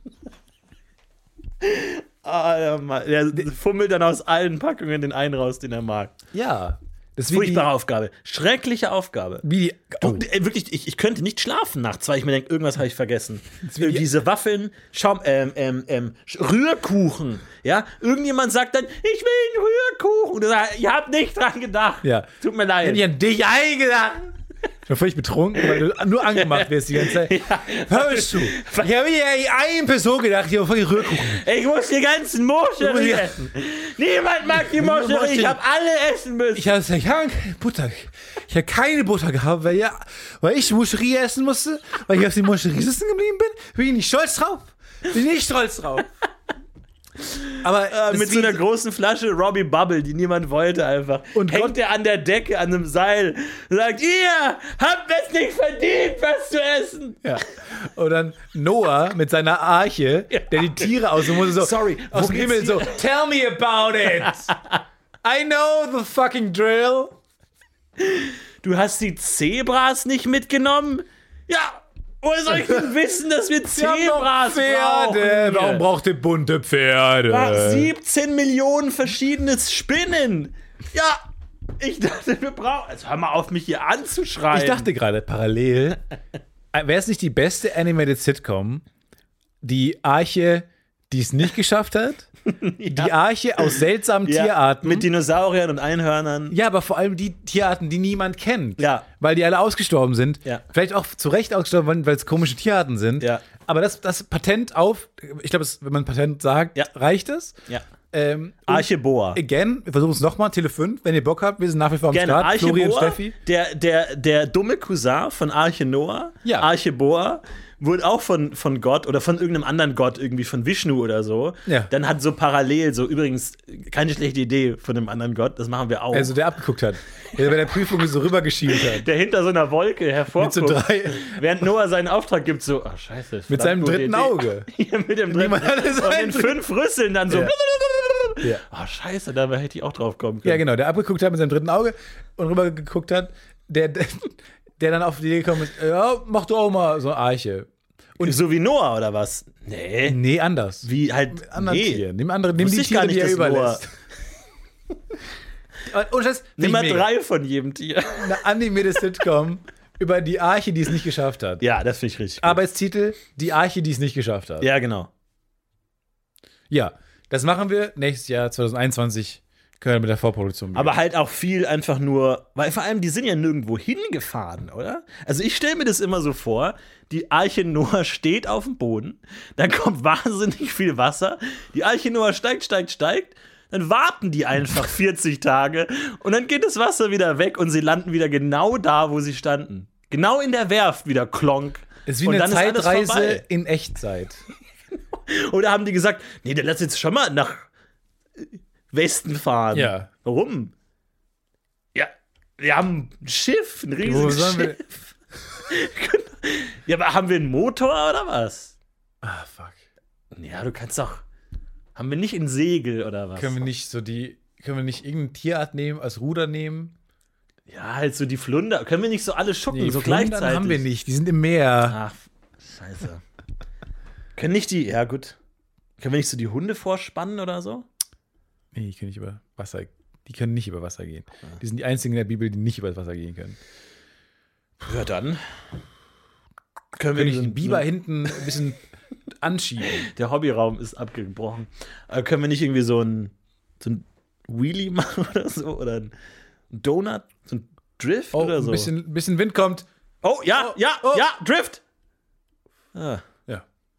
Ah, der, Mann, der fummelt dann aus allen Packungen den einen raus, den er mag. Ja. Das ist wie Furchtbare die, Aufgabe. Schreckliche Aufgabe. wie die, Du, oh. äh, wirklich, ich, ich könnte nicht schlafen nachts, weil ich mir denke, irgendwas habe ich vergessen. wie die- Diese Waffeln, Schaum, ähm, ähm, ähm, Sch- Rührkuchen. Ja, irgendjemand sagt dann, ich will einen Rührkuchen. Und du sagst, ihr habt nicht dran gedacht. Ja. Tut mir Ich hab leid. nicht an dich eingeladen. Ich war völlig betrunken, weil du nur angemacht wirst die ganze Zeit. Hörst du? Ich habe mir eine Person gedacht, hier voll Rührkuchen. Ich muss die ganzen Moscherie Ja. essen. Niemand mag die Moscherie. Ich habe alle essen müssen. Ich habe ich hab Butter. Ich habe keine Butter gehabt, weil, ja, weil ich Moscherie essen musste, weil ich auf die Moscherie sitzen geblieben bin. Bin ich nicht stolz drauf. Bin ich nicht stolz drauf. Aber Äh, das mit ist so wie- einer großen Flasche Robbie Bubble, die niemand wollte einfach. Und hängt Gott- er an der Decke, an einem Seil, und sagt, ihr habt es nicht verdient, was zu essen. Ja. Und dann Noah mit seiner Arche, der die Tiere aus dem Mund so Sorry, aus wo dem geht's Himmel so, tell me about it. I know the fucking drill. Du hast die Zebras nicht mitgenommen? Ja, woher soll ich denn wissen, dass wir Wir haben Zebras doch Pferde. brauchen? Warum braucht ihr bunte Pferde? Ah, siebzehn Millionen verschiedene Spinnen. Ja, ich dachte, wir brauchen... Also hör mal auf, mich hier anzuschreien. Ich dachte gerade parallel, wäre es nicht die beste Animated Sitcom, die Arche, die es nicht geschafft hat? Die Arche aus seltsamen ja, Tierarten. mit Dinosauriern und Einhörnern. Ja, aber vor allem die Tierarten, die niemand kennt. Ja. Weil die alle ausgestorben sind. Ja. Vielleicht auch zu Recht ausgestorben, weil es komische Tierarten sind. Ja. Aber das, das Patent auf, ich glaube, wenn man Patent sagt, Ja. reicht es. Ja. Ähm, und Archeboa. Again, wir versuchen es nochmal, Tele fünf, wenn ihr Bock habt, wir sind nach wie vor am Gerne. Start. Flori und Archeboa, Steffi. der, der, der dumme Cousin von Arche Noah, Ja. Archeboa, wurde auch von, von Gott oder von irgendeinem anderen Gott, irgendwie von Vishnu oder so. Ja. Dann hat so parallel, so übrigens, keine schlechte Idee von einem anderen Gott, das machen wir auch. Also der abgeguckt hat. Der bei der Prüfung so rübergeschielt hat. der hinter so einer Wolke hervorkommt. Mit so drei- Während Noah seinen Auftrag gibt, so, ach scheiße. Mit verdammt seinem gute dritten Idee. Auge. Ja, mit dem dritten Niemand hatte Und seinen den fünf Rüsseln dann so. Ja. Ja. Ach scheiße, da hätte ich auch drauf kommen können. Ja, genau, der abgeguckt hat mit seinem dritten Auge und rübergeguckt hat, der, der, der dann auf die Idee gekommen ist, ja, mach du auch mal so eine Arche. Und so wie Noah oder was? Nee. Nee, anders. Wie halt. Anderen nee. Tieren. Nimm andere, nimm Wusste die ich gar Tiere, die er nicht, dass überlässt. Und das Nimm mal mega. drei von jedem Tier. Eine animated Sitcom über die Arche, die es nicht geschafft hat. Ja, das finde ich richtig. Gut. Arbeitstitel, die Arche, die es nicht geschafft hat. Ja, genau. Ja, das machen wir nächstes Jahr, zwanzig einundzwanzig, können wir mit der Vorproduktion beginnen. Aber halt auch viel einfach nur, weil vor allem die sind ja nirgendwo hingefahren, oder? Also ich stelle mir das immer so vor, die Arche Noah steht auf dem Boden, dann kommt wahnsinnig viel Wasser, die Arche Noah steigt, steigt, steigt, dann warten die einfach vierzig Tage und dann geht das Wasser wieder weg und sie landen wieder genau da, wo sie standen. Genau in der Werft wieder klonk. es ist wie und eine dann ist alles Zeitreise vorbei. in Echtzeit. Oder haben die gesagt, nee, dann lass jetzt schon mal nach Westen fahren. Ja. Warum? Ja, wir haben ein Schiff, ein Wo riesiges sollen wir- Schiff. Ja, aber haben wir einen Motor oder was? Ah, fuck. Ja, du kannst doch. Haben wir nicht ein Segel oder was? Können wir nicht so die, können wir nicht irgendeine Tierart nehmen, als Ruder nehmen? Ja, halt so die Flunder. Können wir nicht so alle schuppen, so Flundern gleichzeitig? haben wir nicht, die sind im Meer. Ach, scheiße. Können nicht die, ja gut. Können wir nicht so die Hunde vorspannen oder so? Nee, die können nicht über Wasser, die können nicht über Wasser gehen. Die sind die einzigen in der Bibel, die nicht über das Wasser gehen können. Ja, dann. Können Können wir ich so- den Biber hinten ein bisschen anschieben? Der Hobbyraum ist abgebrochen. Aber können wir nicht irgendwie so ein, so ein Wheelie machen oder so? Oder ein Donut? So ein Drift Oh, oder ein so? bisschen, bisschen Wind kommt. Oh, ja, Oh, ja, oh. ja, Drift! Ah, Ja.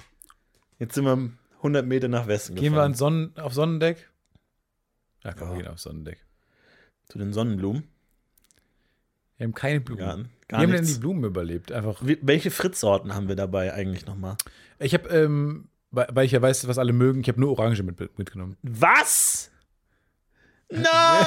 Jetzt sind wir hundert Meter nach Westen Gehen wir gefahren. ans Sonnen, auf Sonnendeck? Ja, komm, Ja. wir gehen auf Sonnendeck. Zu den Sonnenblumen. Wir haben keine Blumen. Gar, Wie gar haben denn nichts. die Blumen überlebt? Einfach. Wie, welche Frittsorten haben wir dabei eigentlich nochmal? Ich habe, ähm, weil weil ich ja weiß, was alle mögen, ich habe nur Orange mit, mitgenommen. Was? Nein!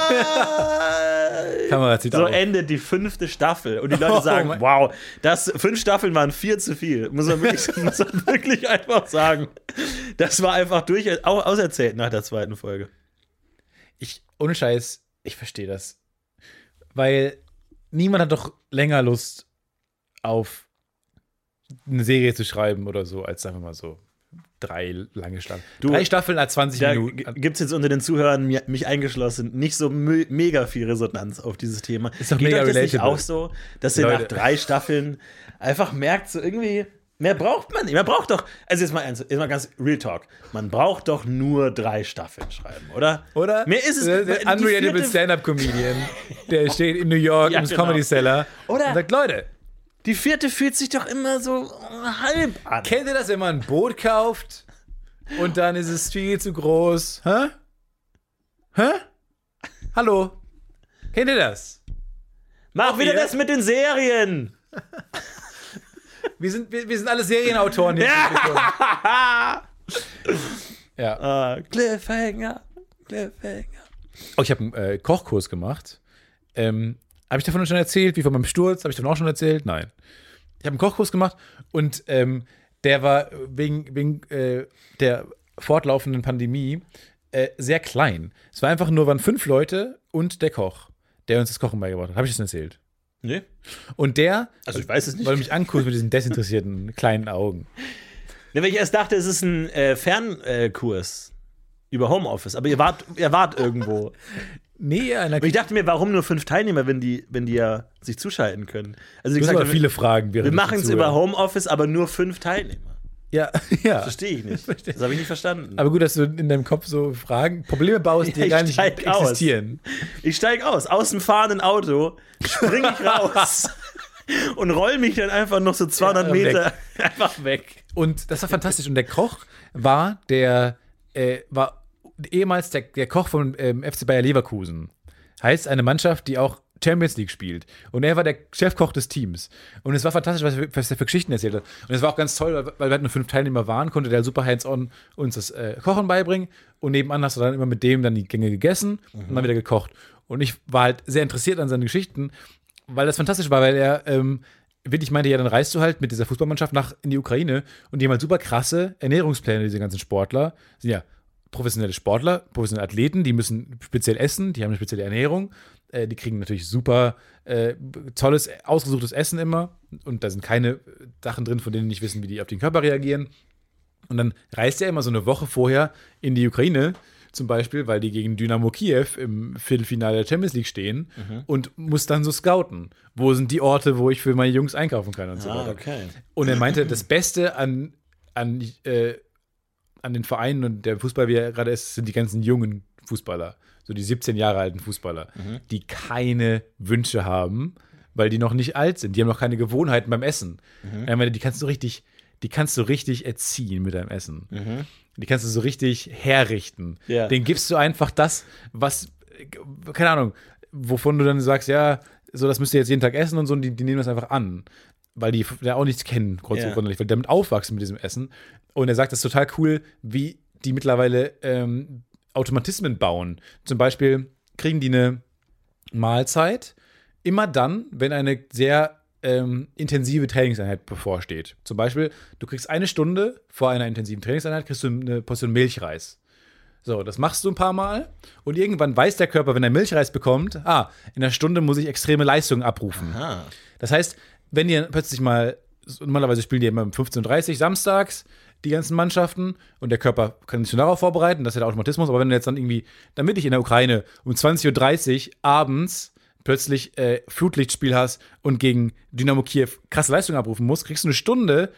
Kamera zieht So auf. endet die fünfte Staffel. Und die Leute Oh sagen, mein- wow, das, fünf Staffeln waren viel zu viel. Muss man wirklich, muss man wirklich einfach sagen. Das war einfach durch, au- auserzählt nach der zweiten Folge. Ich, ohne Scheiß, ich verstehe das. Weil niemand hat doch länger Lust auf eine Serie zu schreiben oder so, als sagen wir mal so drei lange Staffeln. Du, drei Staffeln als zwanzig Da Minuten. gibt es jetzt unter den Zuhörern, mir- mich eingeschlossen, nicht so mü- mega viel Resonanz auf dieses Thema. Ist doch Geht mega euch das nicht relatable. auch so, dass ihr Leute. nach drei Staffeln einfach merkt, so irgendwie, mehr braucht man nicht. Man braucht doch, also jetzt mal, ernst, jetzt mal ganz Real Talk, man braucht doch nur drei Staffeln schreiben, oder? Oder? Mehr ist es. Der, die der unreadable vierte- Stand-Up-Comedian, der steht in New York Ja, im genau. Comedy Cellar Oder? und sagt, Leute, Die vierte fühlt sich doch immer so halb an. kennt ihr das, wenn man ein Boot kauft und dann ist es viel zu groß? Hä? Hä? Hallo? Kennt ihr das? Mach Auch wieder ihr? das mit den Serien. Wir sind, wir, wir sind alle Serienautoren hier. Ja. Ah, Cliffhanger, Cliffhanger. Oh, ich habe einen äh, Kochkurs gemacht. Ähm, habe ich davon schon erzählt? Wie von meinem Sturz? Habe ich davon auch schon erzählt? Nein. Ich habe einen Kochkurs gemacht und ähm, der war wegen, wegen äh, der fortlaufenden Pandemie äh, sehr klein. Es war einfach nur, waren fünf Leute und der Koch, der uns das Kochen beigebracht hat. Habe ich das schon erzählt? Nee. Und der, Also ich weiß es nicht. weil du mich anguckst mit diesen desinteressierten kleinen Augen. Ja, weil ich erst dachte, es ist ein äh, Fernkurs über Homeoffice, aber ihr wart, ihr wart irgendwo. Nee, einer Aber ich dachte mir, warum nur fünf Teilnehmer, wenn die, wenn die ja sich zuschalten können? Also wie Du hast gesagt, aber viele Fragen. wir während ich machen es zuhöre. über Homeoffice, aber nur fünf Teilnehmer. Ja, ja. Verstehe ich nicht. Das habe ich nicht verstanden. Aber gut, dass du in deinem Kopf so Fragen, Probleme baust, die Ja, ich gar nicht steig aus. existieren. Ich steige aus, aus dem fahrenden Auto, springe ich raus und roll mich dann einfach noch so zweihundert Ja, Meter einfach weg. Und das war fantastisch. Und der Koch war der, äh, war ehemals der, der Koch von ähm, F C Bayer Leverkusen. Heißt eine Mannschaft, die auch Champions League spielt. Und er war der Chefkoch des Teams. Und es war fantastisch, was, er- was er für Geschichten erzählt hat. Und es war auch ganz toll, weil, weil wir halt nur fünf Teilnehmer waren, konnte der super hands-on uns das äh, Kochen beibringen. Und nebenan hast du dann immer mit dem dann die Gänge gegessen und dann wieder gekocht. Und ich war halt sehr interessiert an seinen Geschichten, weil das fantastisch war, weil er ähm, wirklich meinte, ja, dann reist du halt mit dieser Fußballmannschaft nach in die Ukraine und die haben halt super krasse Ernährungspläne, diese ganzen Sportler. Sind ja professionelle Sportler, professionelle Athleten, die müssen speziell essen, die haben eine spezielle Ernährung, äh, die kriegen natürlich super äh, tolles, ausgesuchtes Essen immer und da sind keine Sachen drin, von denen die nicht wissen, wie die auf den Körper reagieren. Und dann reist er immer so eine Woche vorher in die Ukraine, zum Beispiel, weil die gegen Dynamo Kiew im Viertelfinale der Champions League stehen und muss dann so scouten. Wo sind die Orte, wo ich für meine Jungs einkaufen kann und so Ah, weiter. okay. Und er meinte, das Beste an, an, äh, an den Vereinen und der Fußball, wie er gerade ist, sind die ganzen jungen Fußballer. So die siebzehn Jahre alten Fußballer, die keine Wünsche haben, weil die noch nicht alt sind. Die haben noch keine Gewohnheiten beim Essen. Er meinte, die kannst du richtig, die kannst du richtig erziehen mit deinem Essen. Die kannst du so richtig herrichten. Ja. Den gibst du einfach das, was, keine Ahnung, wovon du dann sagst, ja, so das müsst ihr jetzt jeden Tag essen und so, und die, die nehmen das einfach an. Weil die ja auch nichts kennen, Ja. grundsätzlich, weil die damit aufwachsen mit diesem Essen. Und er sagt, das ist total cool, wie die mittlerweile ähm, Automatismen bauen. Zum Beispiel kriegen die eine Mahlzeit immer dann, wenn eine sehr ähm, intensive Trainingseinheit bevorsteht. Zum Beispiel, du kriegst eine Stunde vor einer intensiven Trainingseinheit, kriegst du eine Portion Milchreis. So, das machst du ein paar Mal und irgendwann weiß der Körper, wenn er Milchreis bekommt, ah, in einer Stunde muss ich extreme Leistungen abrufen. Ah. Das heißt, wenn ihr plötzlich mal, normalerweise spielen die immer um fünfzehn Uhr dreißig samstags, die ganzen Mannschaften, und der Körper kann sich schon darauf vorbereiten, das ist ja der Automatismus, aber wenn du jetzt dann irgendwie, damit ich in der Ukraine um zwanzig Uhr dreißig abends plötzlich äh, Flutlichtspiel hast und gegen Dynamo Kiew krasse Leistungen abrufen musst, kriegst du eine Stunde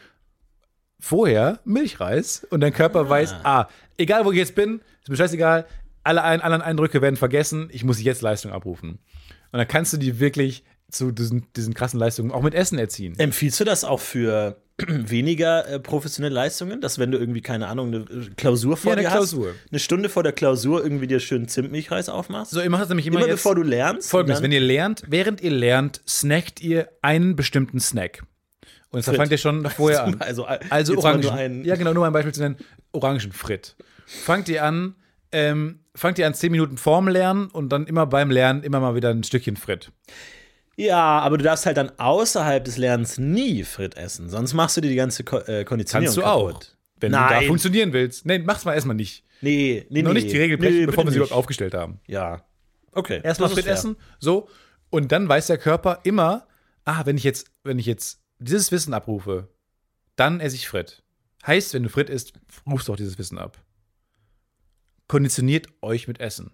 vorher Milchreis und dein Körper Ah. weiß, ah, egal wo ich jetzt bin, ist mir scheißegal, alle ein, anderen Eindrücke werden vergessen, ich muss jetzt Leistung abrufen. Und dann kannst du die wirklich zu diesen, diesen krassen Leistungen auch mit Essen erziehen. Empfiehlst du das auch für weniger äh, professionelle Leistungen, dass wenn du irgendwie, keine Ahnung, eine Klausur vor Ja, eine dir Klausur. hast, eine Stunde vor der Klausur irgendwie dir schön Zimtmilchreis aufmachst? So, ihr macht das nämlich immer, Immer jetzt bevor du lernst? Folgendes, und wenn dann- ihr lernt, während ihr lernt, snackt ihr einen bestimmten Snack. Und jetzt Frit. fangt ihr schon vorher an. Also, Also jetzt mal Orangen. nur einen- Ja, genau, nur ein Beispiel zu nennen. Orangenfrit. Fangt ihr an, ähm, fangt ihr an zehn Minuten vorm Lernen und dann immer beim Lernen immer mal wieder ein Stückchen Frit. Ja, aber du darfst halt dann außerhalb des Lernens nie Frit essen, sonst machst du dir die ganze Ko äh, Konditionierung Kannst du kaputt. auch. Wenn du da Nein. funktionieren willst. Nee, mach's mal erstmal nicht. Nee, nee, Noch nee. nicht die Regel brechen, Nee, bevor wir bitte sie nicht. überhaupt aufgestellt haben. Ja. Okay. Erstmal das ist Frit fair. essen, so. Und dann weiß der Körper immer, ah, wenn ich jetzt, wenn ich jetzt dieses Wissen abrufe, dann esse ich Frit. Heißt, wenn du Frit isst, rufst du auch dieses Wissen ab. Konditioniert euch mit Essen.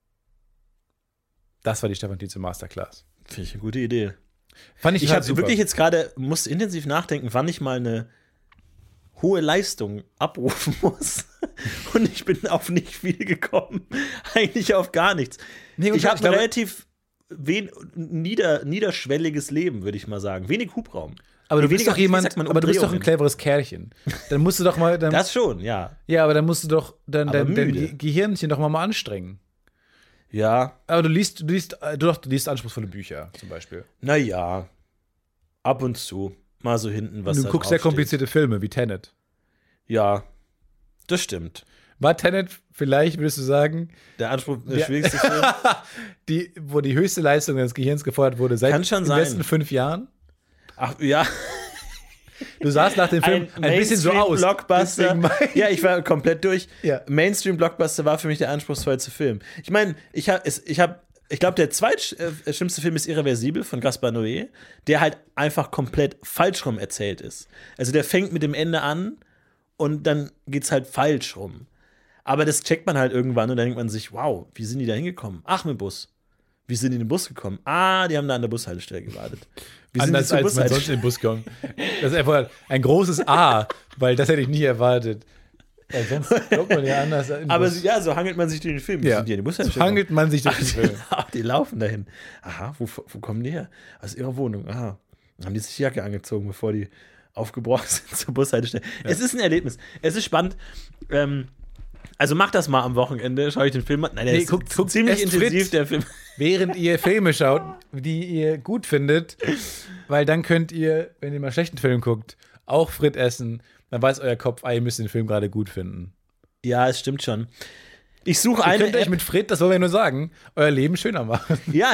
Das war die Stefan Tietze Masterclass. Finde ich eine gute Idee. Fand ich, Ich total habe super. wirklich jetzt gerade, muss intensiv nachdenken, wann ich mal eine hohe Leistung abrufen muss. Und ich bin auf nicht viel gekommen. Eigentlich auf gar nichts. Nee, und ich ich habe ein glaube- relativ wen, nieder, niederschwelliges Leben, würde ich mal sagen. Wenig Hubraum. aber du Weniger- bist doch wie jemand, sagt man, aber du bist doch ein Umdrehungen. cleveres Kerlchen. Dann musst du doch mal, dann, Das schon, ja. ja, aber dann musst du doch dein, Aber dein, dein müde. Ge- Gehirnchen doch mal, mal anstrengen. Ja, Aber du liest, du liest, äh, du, doch, du liest anspruchsvolle Bücher zum Beispiel. naja. Ab und zu. Mal so hinten, was du da guckst sehr draufsteht. komplizierte Filme wie Tenet. Ja, das stimmt. War Tenet vielleicht, würdest du sagen, Der Anspruch, der Ja. schwierigste Film. die, wo die höchste Leistung des Gehirns gefordert wurde seit Kann schon den sein. letzten fünf Jahren? Ach, ja. Du sahst nach dem Film ein, bisschen so aus. Mainstream-Blockbuster. Deswegen mein- Ja, ich war komplett durch. Ja. Mainstream-Blockbuster war für mich der anspruchsvollste Film. Ich meine, ich habe, ich habe, ich glaube, der zweitschlimmste Film ist Irreversibel von Gaspar Noé, der halt einfach komplett falsch rum erzählt ist. Also der fängt mit dem Ende an und dann geht's halt falsch rum. Aber das checkt man halt irgendwann und dann denkt man sich, wow, wie sind die da hingekommen? Ach, mit dem Bus. Wie sind die in den Bus gekommen? Ah, die haben da an der Bushaltestelle gewartet. Wie sind die Anders zur als man sonst in Bushaltestelle? den Bus kommt. Das ist einfach ein großes A, weil das hätte ich nie erwartet. Weil sonst kommt man ja anders in den Aber Bus. so- ja, so hangelt man sich durch den Film. Wie Ja. sind die an die So Bushaltestelle hangelt man sich durch den Film. Ach, die laufen dahin. Aha, wo, wo kommen die her? Aus ihrer Wohnung. Aha. Dann haben die sich die Jacke angezogen, bevor die aufgebrochen sind zur Bushaltestelle. Es ist ein Erlebnis. Es ist spannend. Ähm, also macht das mal am Wochenende. Schaue ich den Film an. Nein, der Nee, ist guckt- guckt ziemlich erst intensiv, Fritz. der Film. Während ihr Filme schaut, die ihr gut findet, weil dann könnt ihr, wenn ihr mal schlechten Film guckt, auch Frit essen. Dann weiß euer Kopf, ah, ihr müsst den Film gerade gut finden. Ja, es stimmt schon. Ich suche Ihr eine könnt euch App. mit Frit, das wollen wir nur sagen, euer Leben schöner machen. Ja.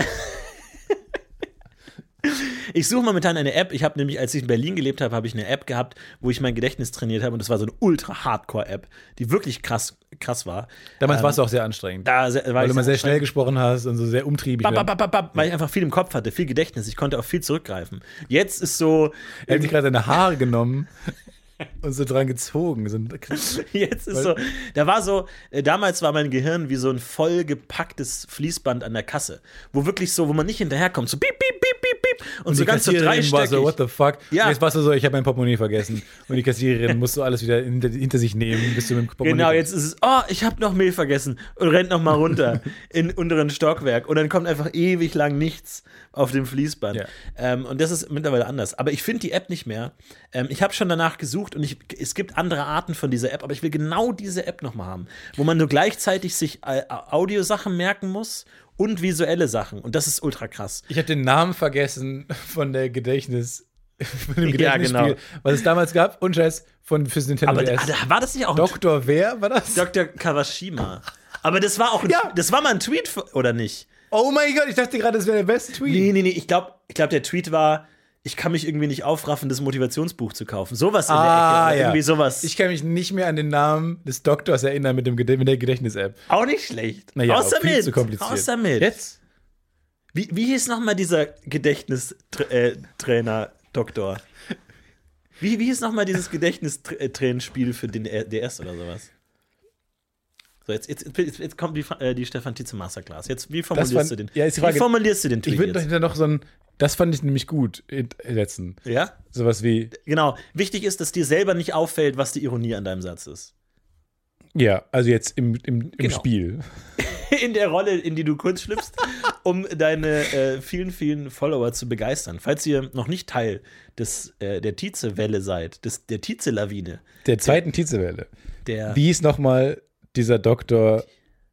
Ich suche momentan eine App. Ich habe nämlich, als ich in Berlin gelebt habe, habe ich eine App gehabt, wo ich mein Gedächtnis trainiert habe. Und das war so eine ultra-Hardcore-App, die wirklich krass, krass war. Damals Ähm, warst du auch sehr anstrengend. Da se- war weil ich du immer sehr schnell anstrengend. gesprochen hast und so sehr umtriebig. Bap, war. bap, bap, bap, weil ich einfach viel im Kopf hatte, viel Gedächtnis. Ich konnte auf viel zurückgreifen. Jetzt ist so, Er hat sich gerade seine Haare genommen und so dran gezogen. So ein- jetzt ist so, da war so, äh, damals war mein Gehirn wie so ein vollgepacktes Fließband an der Kasse, wo wirklich so, wo man nicht hinterherkommt, so piep, piep, piep, piep, piep und, Und so die ganz so Kassiererin war so, what dreistöckig. the fuck? Ja. Und jetzt warst du so, ich habe mein Portemonnaie vergessen. Und die Kassiererin musst du alles wieder hinter, hinter sich nehmen, bis du mit dem Portemonnaie Genau, kommst. jetzt ist es, oh, ich habe noch Mehl vergessen und rennt noch mal runter in unteren Stockwerk und dann kommt einfach ewig lang nichts auf dem Fließband. Ja. Ähm, und das ist mittlerweile anders. Aber ich finde die App nicht mehr. Ähm, ich habe schon danach gesucht und ich, es gibt andere Arten von dieser App, aber ich will genau diese App noch mal haben, wo man nur gleichzeitig sich äh, Audiosachen merken muss und visuelle Sachen. Und das ist ultra krass. Ich habe den Namen vergessen von der Gedächtnis, von dem Ja, Gedächtnisspiel, genau. was es damals gab. Und Scheiß von fürs Nintendo Aber D da, S. da, war das nicht auch ein Doktor wer war das? Doktor Kawashima? Aber das war auch ein, Ja. das war mal ein Tweet, oder nicht? Oh mein Gott, ich dachte gerade, das wäre der beste Tweet. Nee, nee, nee, ich glaube, ich glaub, der Tweet war, ich kann mich irgendwie nicht aufraffen, das Motivationsbuch zu kaufen. Sowas in Ah, der Ecke. ja. Irgendwie sowas. Ich kann mich nicht mehr an den Namen des Doktors erinnern mit, dem Ged mit der Gedächtnis-App. auch nicht schlecht. Naja, Außer viel mit. zu kompliziert. Außer mit. Jetzt? Wie, wie hieß nochmal dieser Gedächtnistrainer-Doktor? Wie, wie hieß nochmal dieses Gedächtnistrainingsspiel für den D S oder sowas? So, jetzt, jetzt, jetzt, jetzt kommt die, äh, die Stefan Tietze Masterclass. Jetzt, wie formulierst fand- du den? ja, ist die wie Frage- formulierst du den Tweet Ich würde jetzt? dahinter noch so ein, das fand ich nämlich gut, setzen. Ja? Sowas wie, Genau. Wichtig ist, dass dir selber nicht auffällt, was die Ironie an deinem Satz ist. ja, also jetzt im, im, im Genau. Spiel. In der Rolle, in die du kurz schlüpfst. um deine äh, vielen, vielen Follower zu begeistern. Falls ihr noch nicht Teil des, äh, der Tietze-Welle seid, des, der Tietze-Lawine. Der zweiten Tietze-Welle. Der Wie ist nochmal dieser Doktor?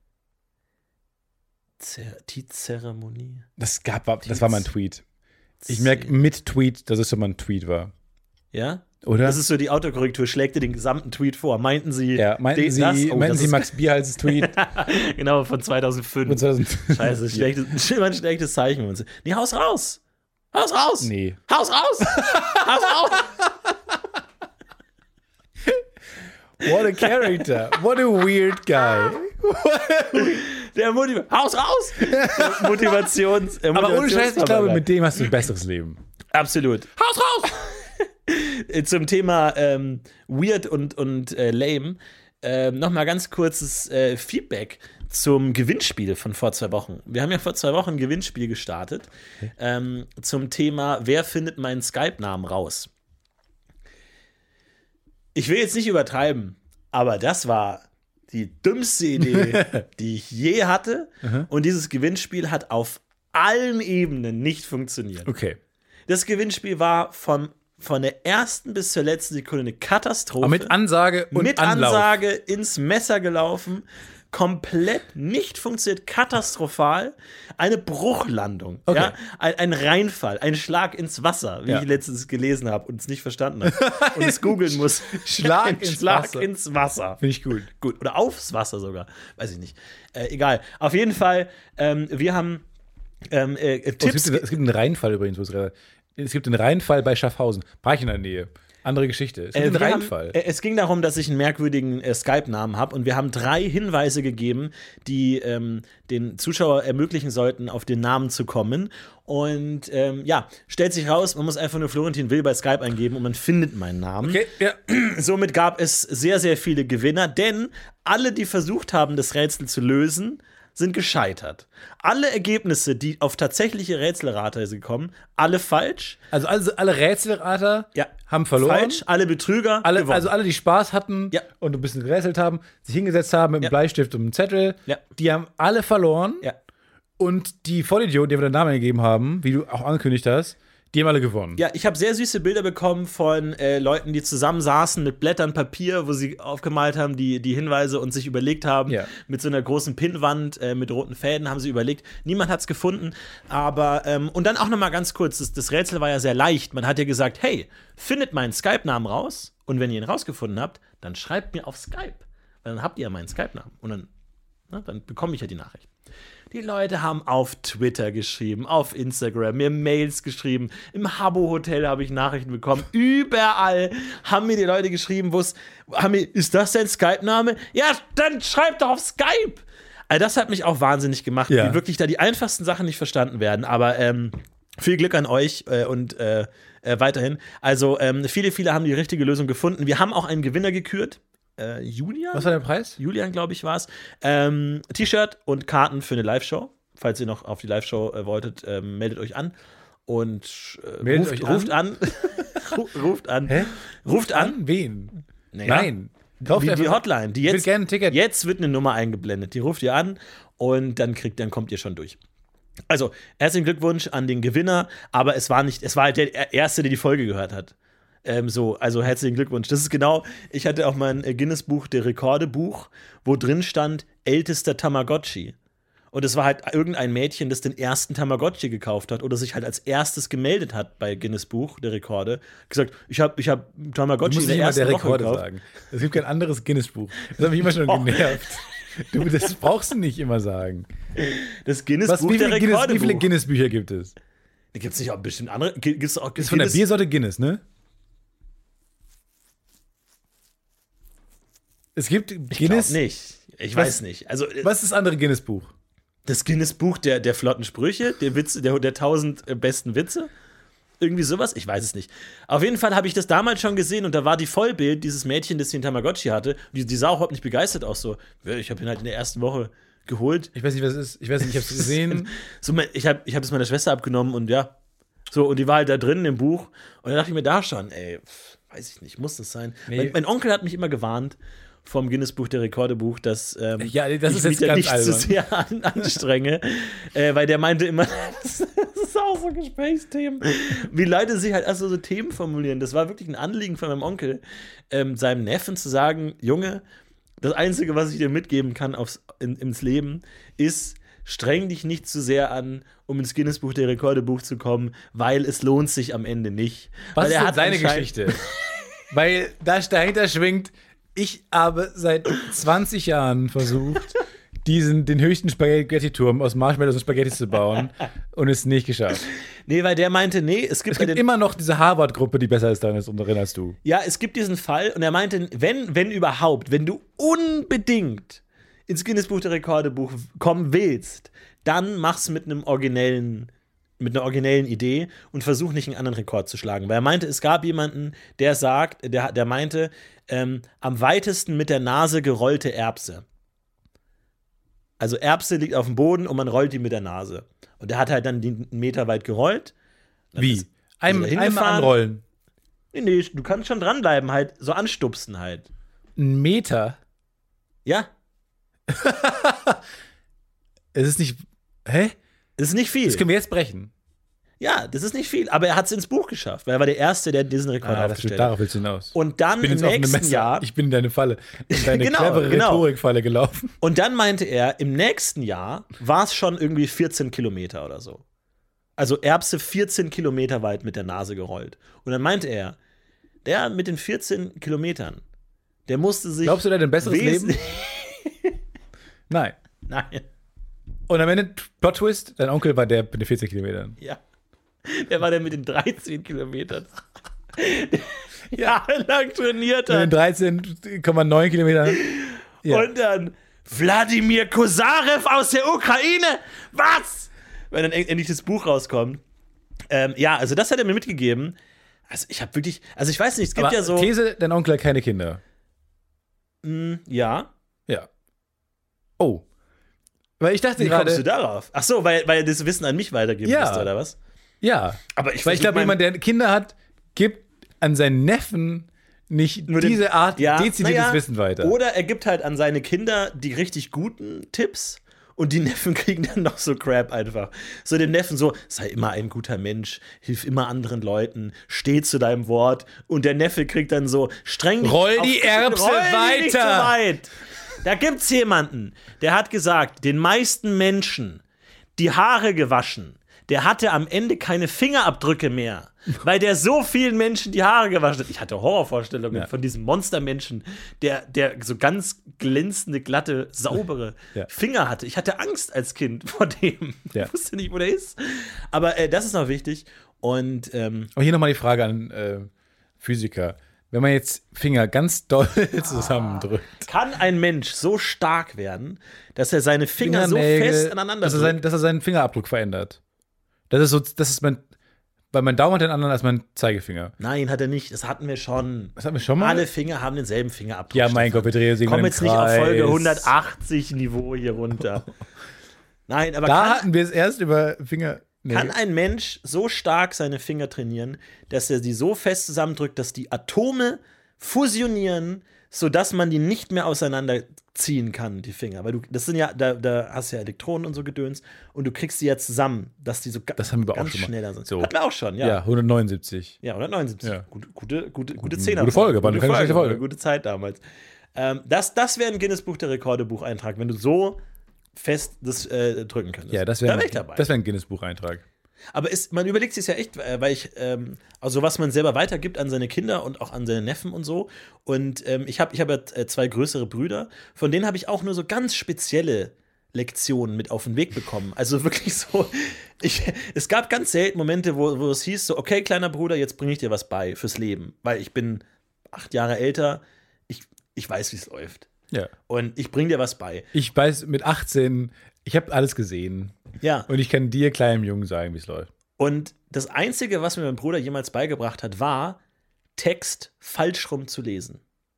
Tietze-Zeremonie. Das, gab, das war mal ein Tweet. Ich merke mit Tweet, dass es schon mal ein Tweet war. Ja? Oder? Das ist so die Autokorrektur, schlägt dir den gesamten Tweet vor. Meinten Sie, ja, meinten den, Sie, das? Oh, meinten das Sie ist- Max Bierhals Tweet? Genau, von zweitausendfünf. Von zweitausend Scheiße, schlechtes, immer ein schlechtes Zeichen. wenn man so- Nee, Haus raus! Haus raus! Nee. Haus raus! Haus raus! What a character. What a weird guy. Der Motiv Haus raus! Der Motivations, der Aber ohne Scheiß, ich glaube, Motivationspapagei. mit dem hast du ein besseres Leben. Absolut. Haus raus! Zum Thema ähm, weird und, und äh, lame. Ähm, Nochmal ganz kurzes äh, Feedback zum Gewinnspiel von vor zwei Wochen. Wir haben ja vor zwei Wochen ein Gewinnspiel gestartet ähm, zum Thema, wer findet meinen Skype-Namen raus? Ich will jetzt nicht übertreiben, aber das war die dümmste Idee, die ich je hatte. Und dieses Gewinnspiel hat auf allen Ebenen nicht funktioniert. Okay. Das Gewinnspiel war vom, von der ersten bis zur letzten Sekunde eine Katastrophe. Aber mit Ansage und Mit Anlauf. Ansage ins Messer gelaufen. Komplett nicht funktioniert, katastrophal. Eine Bruchlandung. Okay. Ja? Ein, ein Reinfall, ein Schlag ins Wasser, wie Ja. ich letztens gelesen habe und es nicht verstanden habe. Und es googeln muss. Schlag ein ins Schlag Wasser. ins Wasser. Finde ich gut. Gut, oder aufs Wasser sogar. Weiß ich nicht. Äh, egal. Auf jeden Fall, ähm, wir haben ähm, äh, Oh, es, Tipps. gibt, es gibt einen Rheinfall übrigens. wo Es gerade- es gibt einen Rheinfall bei Schaffhausen. Brach in der Nähe. Andere Geschichte. Es gibt Äh, einen wir haben, Rheinfall. äh, es ging darum, dass ich einen merkwürdigen äh, Skype-Namen habe und wir haben drei Hinweise gegeben, die ähm, den Zuschauer ermöglichen sollten, auf den Namen zu kommen. Und ähm, ja, stellt sich raus, man muss einfach nur Florentin Will bei Skype eingeben und man findet meinen Namen. Okay, ja. Somit gab es sehr, sehr viele Gewinner, denn alle, die versucht haben, das Rätsel zu lösen, sind gescheitert. Alle Ergebnisse, die auf tatsächliche Rätselrater kommen, alle falsch. Also, also alle Rätselrater Ja. haben verloren. Falsch, alle Betrüger Alle, gewonnen. also alle, die Spaß hatten Ja. und ein bisschen gerätselt haben, sich hingesetzt haben mit einem Ja. Bleistift und einem Zettel, Ja. die haben alle verloren. ja. Und die Vollidioten, die wir den Namen gegeben haben, wie du auch angekündigt hast, die haben alle gewonnen. Ja, ich habe sehr süße Bilder bekommen von äh, Leuten, die zusammen saßen mit Blättern Papier, wo sie aufgemalt haben, die, die Hinweise und sich überlegt haben, Ja. mit so einer großen Pinnwand äh, mit roten Fäden haben sie überlegt. Niemand hat es gefunden, aber ähm, und dann auch noch mal ganz kurz, das, das Rätsel war ja sehr leicht. Man hat ja gesagt, hey, findet meinen Skype-Namen raus und wenn ihr ihn rausgefunden habt, dann schreibt mir auf Skype, weil dann habt ihr ja meinen Skype-Namen und dann, na, dann bekomme ich ja die Nachricht. Die Leute haben auf Twitter geschrieben, auf Instagram, mir Mails geschrieben, im Habbo-Hotel habe ich Nachrichten bekommen, überall haben mir die Leute geschrieben, wo es, haben mir, ist das dein Skype-Name? Ja, dann schreib doch auf Skype! Also das hat mich auch wahnsinnig gemacht, Ja. wie wirklich da die einfachsten Sachen nicht verstanden werden, aber ähm, viel Glück an euch äh, und äh, äh, weiterhin. Also ähm, viele, viele haben die richtige Lösung gefunden. Wir haben auch einen Gewinner gekürt, äh, Julian? Was war der Preis? Julian, glaube ich, war es. Ähm, T-Shirt und Karten für eine Live-Show. Falls ihr noch auf die Live-Show äh, wolltet, ähm, meldet euch an. Und äh, Meldet ruft, euch an? ruft an. Ru- ruft an. Hä? Ruft an. Wen? Naja, Nein. Kauft Die, die einfach- Hotline. Die Ich will jetzt, gerne ein Ticket. jetzt wird eine Nummer eingeblendet. Die ruft ihr an und dann kriegt, dann kommt ihr schon durch. Also, herzlichen Glückwunsch an den Gewinner, aber es war nicht, es war halt der Erste, der die Folge gehört hat. Ähm, so, also herzlichen Glückwunsch. Das ist genau, ich hatte auch mein äh, Guinness-Buch der Rekorde-Buch, wo drin stand, ältester Tamagotchi. Und es war halt irgendein Mädchen, das den ersten Tamagotchi gekauft hat oder sich halt als erstes gemeldet hat bei Guinness Buch der Rekorde. Gesagt, ich habe ich hab Du Tamagotchi musst in nicht der immer ersten der Woche Rekorde gekauft. sagen. Es gibt kein anderes Guinness-Buch. Das hat mich immer schon Oh. genervt. Du, das brauchst du nicht immer sagen. Das Guinness Was, Buch wie, der viele Guinness, Rekorde. wie viele Guinness-Bücher gibt es? Gibt es nicht auch bestimmt andere? Gibt es auch Das ist von der Guinness- Biersorte Guinness, ne? Es gibt Ich glaub Guinness. nicht. Ich Was- weiß nicht. Also äh, Was ist das andere Guinness-Buch? das Guinness Buch der, der flotten Sprüche, der Witze, der, der tausend äh, besten Witze. Irgendwie sowas? Ich weiß es nicht. Auf jeden Fall habe ich das damals schon gesehen und da war die Vollbild dieses Mädchen, das den Tamagotchi hatte. Die, die sah auch überhaupt nicht begeistert aus. So, ja, ich habe ihn halt in der ersten Woche geholt. Ich weiß nicht, was es ist. Ich weiß nicht, ich habe es gesehen. So, mein- ich habe ich hab es meiner Schwester abgenommen und ja. So, und die war halt da drin im Buch. Und dann dachte ich mir da schon, ey, pf, weiß ich nicht, muss das sein? Nee. Mein, mein Onkel hat mich immer gewarnt. vom Guinness-Buch der Rekorde-Buch, dass ähm, Ja, das ich ist mich jetzt da ganz nicht albern. zu sehr an, anstrenge, äh, weil der meinte immer, das, das ist auch so Gesprächsthemen, wie Leute sich halt also so Themen formulieren. Das war wirklich ein Anliegen von meinem Onkel, ähm, seinem Neffen zu sagen, Junge, das Einzige, was ich dir mitgeben kann aufs, in, ins Leben, ist, streng dich nicht zu sehr an, um ins Guinness-Buch der Rekorde-Buch zu kommen, weil es lohnt sich am Ende nicht. Was weil ist er denn hat seine anscheinend- Geschichte? Weil da dahinter schwingt, ich habe seit zwanzig Jahren versucht, diesen, den höchsten Spaghetti-Turm aus Marshmallows und Spaghetti zu bauen und es nicht geschafft. Nee, weil der meinte, nee, es gibt, Es ja gibt den, immer noch diese Harvard-Gruppe, die besser ist darin als du. ja, es gibt diesen Fall und er meinte, wenn, wenn überhaupt, wenn du unbedingt ins Guinness-Buch der Rekorde-Buch kommen willst, dann mach's mit einem originellen, mit einer originellen Idee und versuch nicht einen anderen Rekord zu schlagen. Weil er meinte, es gab jemanden, der sagt, der, der meinte, ähm, am weitesten mit der Nase gerollte Erbse. Also Erbse liegt auf dem Boden und man rollt die mit der Nase. Und der hat halt dann den einen Meter weit gerollt. Dann Wie? ist- Ein, ist er einmal hingefahren. anrollen. Nee, nee, du kannst schon dranbleiben, halt, so anstupsen halt. Ein Meter? Ja, Es ist nicht. Hä? das ist nicht viel. Das können wir jetzt brechen. Ja, das ist nicht viel, aber er hat es ins Buch geschafft, weil er war der Erste, der diesen Rekord Ah, das aufgestellt hat. darauf willst du hinaus. Und dann Ich bin im jetzt auf eine nächsten Messe. Jahr, Ich bin in deine Falle. In deine Genau, clevere genau. Rhetorikfalle gelaufen. und dann meinte er, im nächsten Jahr war es schon irgendwie vierzehn Kilometer oder so. Also Erbse vierzehn Kilometer weit mit der Nase gerollt. Und dann meinte er, der mit den vierzehn Kilometern, der musste sich. Glaubst du, der hat ein besseres wes- Leben? Nein. Nein. Und am Ende, Plot Twist, dein Onkel war der mit den vierzehn Kilometern. Ja. Der war der mit den dreizehn Kilometern. Jahrelang trainiert Mit den hat. dreizehn Komma neun Kilometern. Ja. Und dann Wladimir Kosarev aus der Ukraine. Was? Wenn dann endlich das Buch rauskommt. Ähm, ja, also das hat er mir mitgegeben. Also ich habe wirklich, also ich weiß nicht, es gibt Aber ja so. These, dein Onkel hat keine Kinder. Mh, ja. Ja. Oh. Weil ich dachte Wie kommst du gerade. darauf? Ach so, weil, weil er das Wissen an mich weitergeben Ja. musste, oder was? Ja. Aber ich Weil ich glaube, mein- jemand, der Kinder hat, gibt an seinen Neffen nicht Nur den- diese Art ja, dezidiertes naja, Wissen weiter. Oder er gibt halt an seine Kinder die richtig guten Tipps und die Neffen kriegen dann noch so Crap einfach. So dem Neffen so, sei immer ein guter Mensch, hilf immer anderen Leuten, steh zu deinem Wort. Und der Neffe kriegt dann so, streng dich Roll auf- die Erbse roll die nicht so weiter. weit. Da gibt's jemanden, der hat gesagt, den meisten Menschen die Haare gewaschen, der hatte am Ende keine Fingerabdrücke mehr, weil der so vielen Menschen die Haare gewaschen hat. Ich hatte Horrorvorstellungen Ja. von diesem Monstermenschen, der, der so ganz glänzende, glatte, saubere Ja. Finger hatte. Ich hatte Angst als Kind vor dem. Ja. Ich wusste nicht, wo der ist. Aber äh, das ist noch wichtig. Und ähm, Aber hier nochmal die Frage an äh, Physiker. Wenn man jetzt Finger ganz doll zusammendrückt, kann ein Mensch so stark werden, dass er seine Finger so Fingernägel, fest aneinander dass er, sein, drückt? dass er seinen Fingerabdruck verändert. Das ist so, das ist mein, weil mein Daumen hat den anderen als mein Zeigefinger. Nein, hat er nicht. Das hatten wir schon. Das hatten wir schon mal. Alle Finger haben denselben Fingerabdruck. Ja, mein Stefan. Gott, wir drehen uns Komm irgendwann jetzt im nicht auf Folge Kreis. hundertachtzig Niveau hier runter. Nein, aber Da kann, hatten wir es erst über Finger. Nee. kann ein Mensch so stark seine Finger trainieren, dass er sie so fest zusammendrückt, dass die Atome fusionieren, sodass man die nicht mehr auseinanderziehen kann, die Finger. Weil du, das sind ja, da, da hast du ja Elektronen und so Gedöns und du kriegst sie ja zusammen, dass die so ga- Das haben wir auch ganz schon mal. schneller sind. So. Hatten wir auch schon, ja. Ja, hundertneunundsiebzig. Ja, hundertneunundsiebzig. Ja. Gute, gute, gute, gute Gute Zehner. Folge, war eine keine schlechte Folge. Eine gute Zeit damals. Ähm, das das wäre ein Guinness-Buch der Rekorde-Bucheintrag, wenn du so fest das äh, drücken könntest. Ja, das da wäre wär ich dabei. das wär ein Guinness-Buch-Eintrag. Aber ist, man überlegt sich ja echt, äh, weil ich, ähm, also was man selber weitergibt an seine Kinder und auch an seine Neffen und so. Und ähm, ich habe ich hab ja äh, zwei größere Brüder, von denen habe ich auch nur so ganz spezielle Lektionen mit auf den Weg bekommen. Also wirklich so, ich, es gab ganz selten Momente, wo, wo es hieß so, okay, kleiner Bruder, jetzt bringe ich dir was bei fürs Leben. Weil ich bin acht Jahre älter, ich, ich weiß, wie es läuft. Ja. Und ich bringe dir was bei. Ich weiß, mit achtzehn, ich habe alles gesehen. Ja. Und ich kann dir, kleinem Jungen, sagen, wie es läuft. Und das Einzige, was mir mein Bruder jemals beigebracht hat, war, Text falsch rum zu lesen.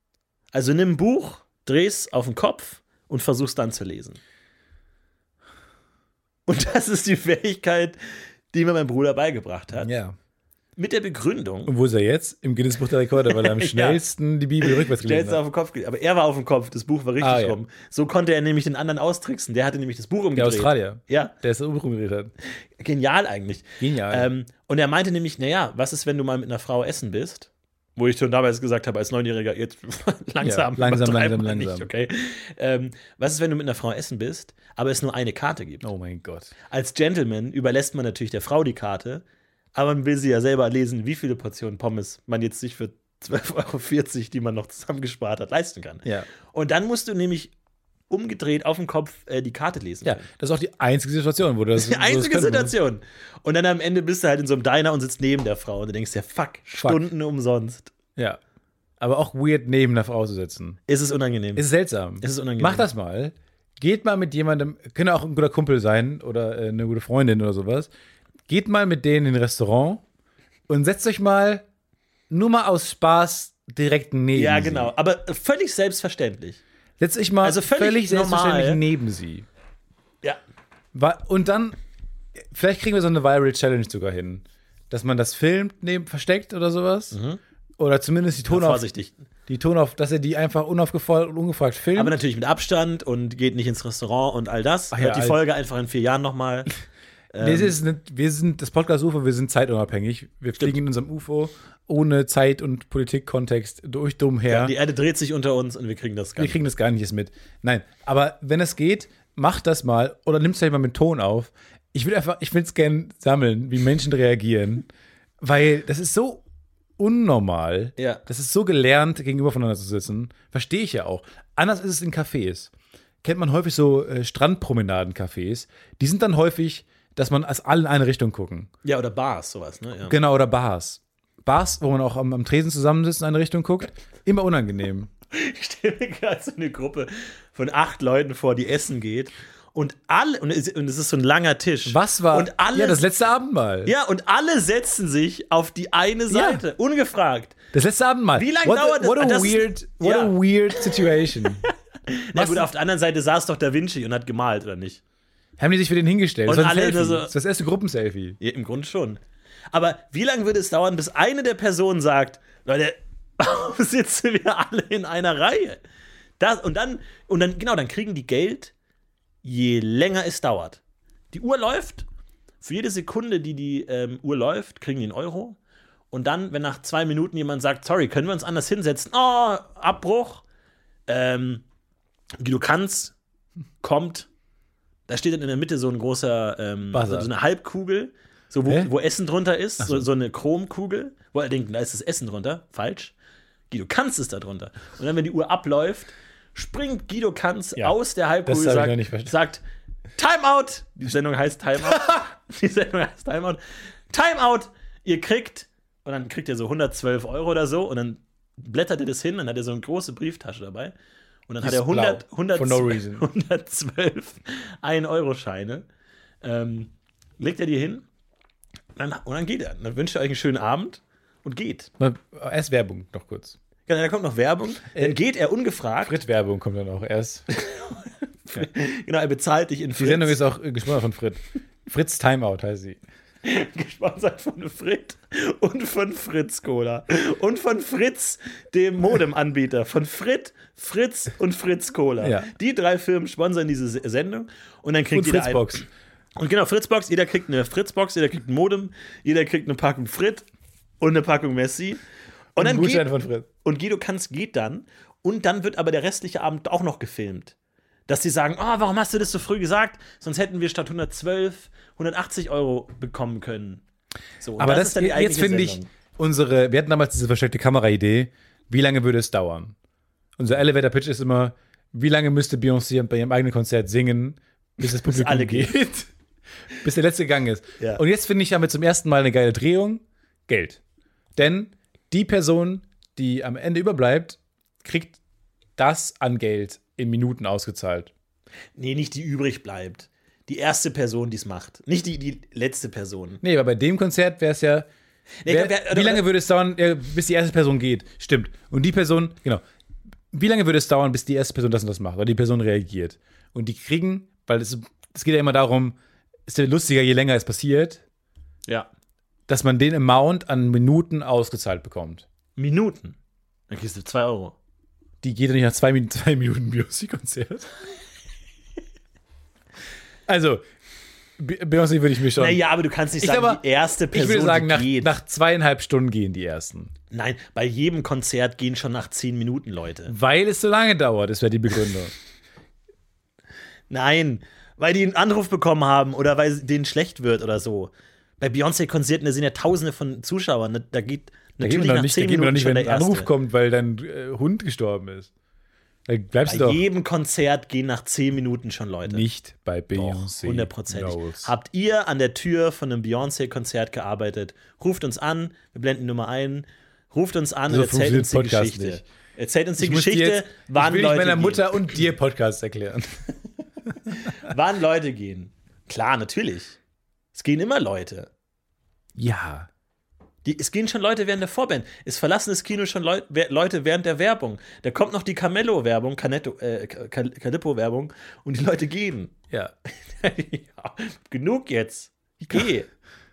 Also nimm ein Buch, dreh's auf den Kopf und versuch's dann zu lesen. Und das ist die Fähigkeit, die mir mein Bruder beigebracht hat. Ja. Mit der Begründung. Und wo ist er jetzt? Im Guinness-Buch der Rekorde, weil er am schnellsten ja. die Bibel rückwärts gelesen hat. Auf den Kopf, aber er war auf dem Kopf, das Buch war richtig ah, ja. rum. So konnte er nämlich den anderen austricksen. Der hatte nämlich das Buch umgedreht. Der Australier. Ja. Der es das Buch umgedreht hat. Genial eigentlich. Genial. Ähm, und er meinte nämlich, naja, was ist, wenn du mal mit einer Frau essen bist? Wo ich schon damals gesagt habe, als Neunjähriger, jetzt langsam, ja, langsam, langsam, langsam. Nicht, okay? Ähm, was ist, wenn du mit einer Frau essen bist, aber es nur eine Karte gibt? Oh mein Gott. Als Gentleman überlässt man natürlich der Frau die Karte, aber man will sie ja selber lesen, wie viele Portionen Pommes man jetzt sich für zwölf Euro vierzig, die man noch zusammengespart hat, leisten kann. Ja. Und dann musst du nämlich umgedreht auf dem Kopf äh, die Karte lesen. Ja, das ist auch die einzige Situation, wo du das Die einzige das Situation. Und dann am Ende bist du halt in so einem Diner und sitzt neben der Frau und du denkst dir, fuck, fuck. Stunden umsonst. Ja. Aber auch weird, neben der Frau zu sitzen. Ist es unangenehm. Ist es seltsam. Ist es unangenehm. Mach das mal. Geht mal mit jemandem, kann auch ein guter Kumpel sein oder äh, eine gute Freundin oder sowas. Geht mal mit denen in ein Restaurant und setzt euch mal nur mal aus Spaß direkt neben Ja, sie. genau. Aber völlig selbstverständlich. Setzt euch mal also völlig, völlig selbstverständlich normal. neben sie. Ja. Und dann, vielleicht kriegen wir so eine Viral Challenge sogar hin. Dass man das filmt, neben, versteckt oder sowas. Mhm. Oder zumindest die Tonauf... Vorsichtig. Die Tonauf, dass er die einfach unaufgefordert und ungefragt filmt. Aber natürlich mit Abstand und geht nicht ins Restaurant und all das. Ach Hört ja, die Folge einfach in vier Jahren nochmal. ähm. Das ist eine, wir sind das Podcast U F O, wir sind zeitunabhängig. Wir fliegen in unserem U F O ohne Zeit- und Politik-Kontext durch dumm her. Ja, die Erde dreht sich unter uns und wir kriegen das gar wir nicht. Wir kriegen das gar nicht mit. Nein, aber wenn es geht, macht das mal oder nimmt es vielleicht mal mit Ton auf. Ich will einfach, ich will es gerne sammeln, wie Menschen reagieren, weil das ist so unnormal. Ja. Das ist so gelernt, gegenüber voneinander zu sitzen. Verstehe ich ja auch. Anders ist es in Cafés. Kennt man häufig so äh, Strandpromenaden-Cafés. Die sind dann häufig, dass man als alle in eine Richtung gucken. Ja, oder Bars, sowas, ne? Ja. Genau, oder Bars. Bars, wo man auch am, am Tresen zusammensitzt in eine Richtung guckt. Immer unangenehm. Ich stelle mir gerade so eine Gruppe von acht Leuten vor, die essen geht. Und alle, und es, und es ist so ein langer Tisch. Was war? Und alle, ja, das letzte Abendmahl. Ja, und alle setzen sich auf die eine Seite, ja. ungefragt. Das letzte Abendmahl. Wie lange what dauert a, what das? A das weird, what ja. a weird situation. Na gut, auf der anderen Seite saß doch Da Vinci und hat gemalt, oder nicht? Haben die sich für den hingestellt? Und das war alle Selfie. so, das ist das erste Gruppenselfie. Ja, im Grunde schon. Aber wie lange würde es dauern, bis eine der Personen sagt, Leute, warum sitzen wir alle in einer Reihe? Das, und dann, und dann, genau, dann kriegen die Geld, je länger es dauert. Die Uhr läuft, für jede Sekunde, die die ähm, Uhr läuft, kriegen die einen Euro. Und dann, wenn nach zwei Minuten jemand sagt, sorry, können wir uns anders hinsetzen? Oh, Abbruch. Ähm, Guido Kanz kommt. Da steht dann in der Mitte so ein großer, ähm, so, so eine Halbkugel, so wo, wo Essen drunter ist, so. So, so eine Chromkugel, wo er denkt, da ist das Essen drunter. Falsch. Guido Kanz ist da drunter. Und dann, wenn die Uhr abläuft, springt Guido Kanz ja, aus der Halbkugel und sagt, sagt Timeout. Die Sendung heißt Timeout. Die Sendung heißt Timeout. Timeout. Ihr kriegt, und dann kriegt ihr so hundertzwölf Euro oder so, und dann blättert er das hin, dann hat er so eine große Brieftasche dabei. Und dann Die hat er hundert, hundert, For no reason. hundertzwölf ein-Euro-Scheine. Ähm, legt er die hin und dann, und dann geht er. Dann wünscht er euch einen schönen Abend und geht. Erst Werbung, noch kurz. Genau, da kommt noch Werbung. Dann geht er ungefragt. Frit-Werbung kommt dann auch erst. Ja. Genau, er bezahlt dich in Fritz. Die Sendung ist auch gesponsert von Frit. Fritz Timeout heißt sie. Gesponsert von Frit und von Fritz Cola. Und von Fritz, dem Modem-Anbieter. Von Frit, Fritz und Fritz Cola. Ja. Die drei Firmen sponsern diese Sendung. Und dann kriegt und jeder Fritzbox. Ein, und genau, Fritzbox. Jeder kriegt eine Fritzbox, jeder kriegt ein Modem, jeder kriegt eine Packung Frit und eine Packung Messi. Und, und dann Gutschein geht, von Fritz. Und Guido Kanz geht dann. Und dann wird aber der restliche Abend auch noch gefilmt. Dass sie sagen, oh, warum hast du das so früh gesagt? Sonst hätten wir statt hundertzwölf, hundertachtzig Euro bekommen können. So, aber das, das ist dann die jetzt finde ich, unsere, wir hatten damals diese versteckte Kamera-Idee, wie lange würde es dauern? Unser Elevator-Pitch ist immer, wie lange müsste Beyoncé bei ihrem eigenen Konzert singen, bis das Publikum alle geht? Bis der letzte Gang ist. Ja. Und jetzt finde ich damit zum ersten Mal eine geile Drehung, Geld. Denn die Person, die am Ende überbleibt, kriegt das an Geld in Minuten ausgezahlt. Nee, nicht die übrig bleibt. Die erste Person, die es macht. Nicht die, die letzte Person. Nee, aber bei dem Konzert wäre es ja. Nee, wär, wär, wie lange würde es dauern, bis die erste Person geht? Stimmt. Und die Person, genau. Wie lange würde es dauern, bis die erste Person das und das macht? Oder die Person reagiert? Und die kriegen, weil es, es geht ja immer darum, ist ja lustiger, je länger es passiert. Ja. dass man den Amount an Minuten ausgezahlt bekommt. Minuten? Dann kriegst du zwei Euro. Die geht ja nicht nach zwei, Min- zwei Minuten Beyoncé-Konzert. Also, Be- Beyoncé würde ich mir schon. Naja, aber du kannst nicht Ich sagen, aber- die erste Person, ich würde sagen, die nach, geht. nach zweieinhalb Stunden gehen die ersten. Nein, bei jedem Konzert gehen schon nach zehn Minuten Leute. Weil es so lange dauert, das wäre die Begründung. Nein, weil die einen Anruf bekommen haben oder weil denen schlecht wird oder so. Bei Beyoncé-Konzerten, da sind ja tausende von Zuschauern. Da geht Da geht natürlich man doch nach nicht, da zehn geht man doch Minuten nicht, schon wenn der ein Anruf erste. kommt, weil dein äh, Hund gestorben ist. Da bleibst Bei du doch jedem Konzert gehen nach zehn Minuten schon Leute. nicht bei Beyoncé. Hundertprozentig. knows. Habt ihr an der Tür von einem Beyoncé-Konzert gearbeitet? Ruft uns an, wir blenden die Nummer ein. Ruft uns an So und erzählt uns die funktioniert Podcast Geschichte. nicht. Erzählt uns die Ich muss dir Geschichte, jetzt, wann ich will Leute nicht meiner gehen. Mutter und dir Podcasts erklären. Wann Leute gehen. Klar, natürlich. Es gehen immer Leute. Ja. Die, es gehen schon Leute während der Vorband. Es verlassen das Kino schon Leu wer- Leute während der Werbung. Da kommt noch die Camello-Werbung, Canetto, äh, Cal- Calippo-Werbung und die Leute gehen. Ja. Ja, genug jetzt. Ich gehe.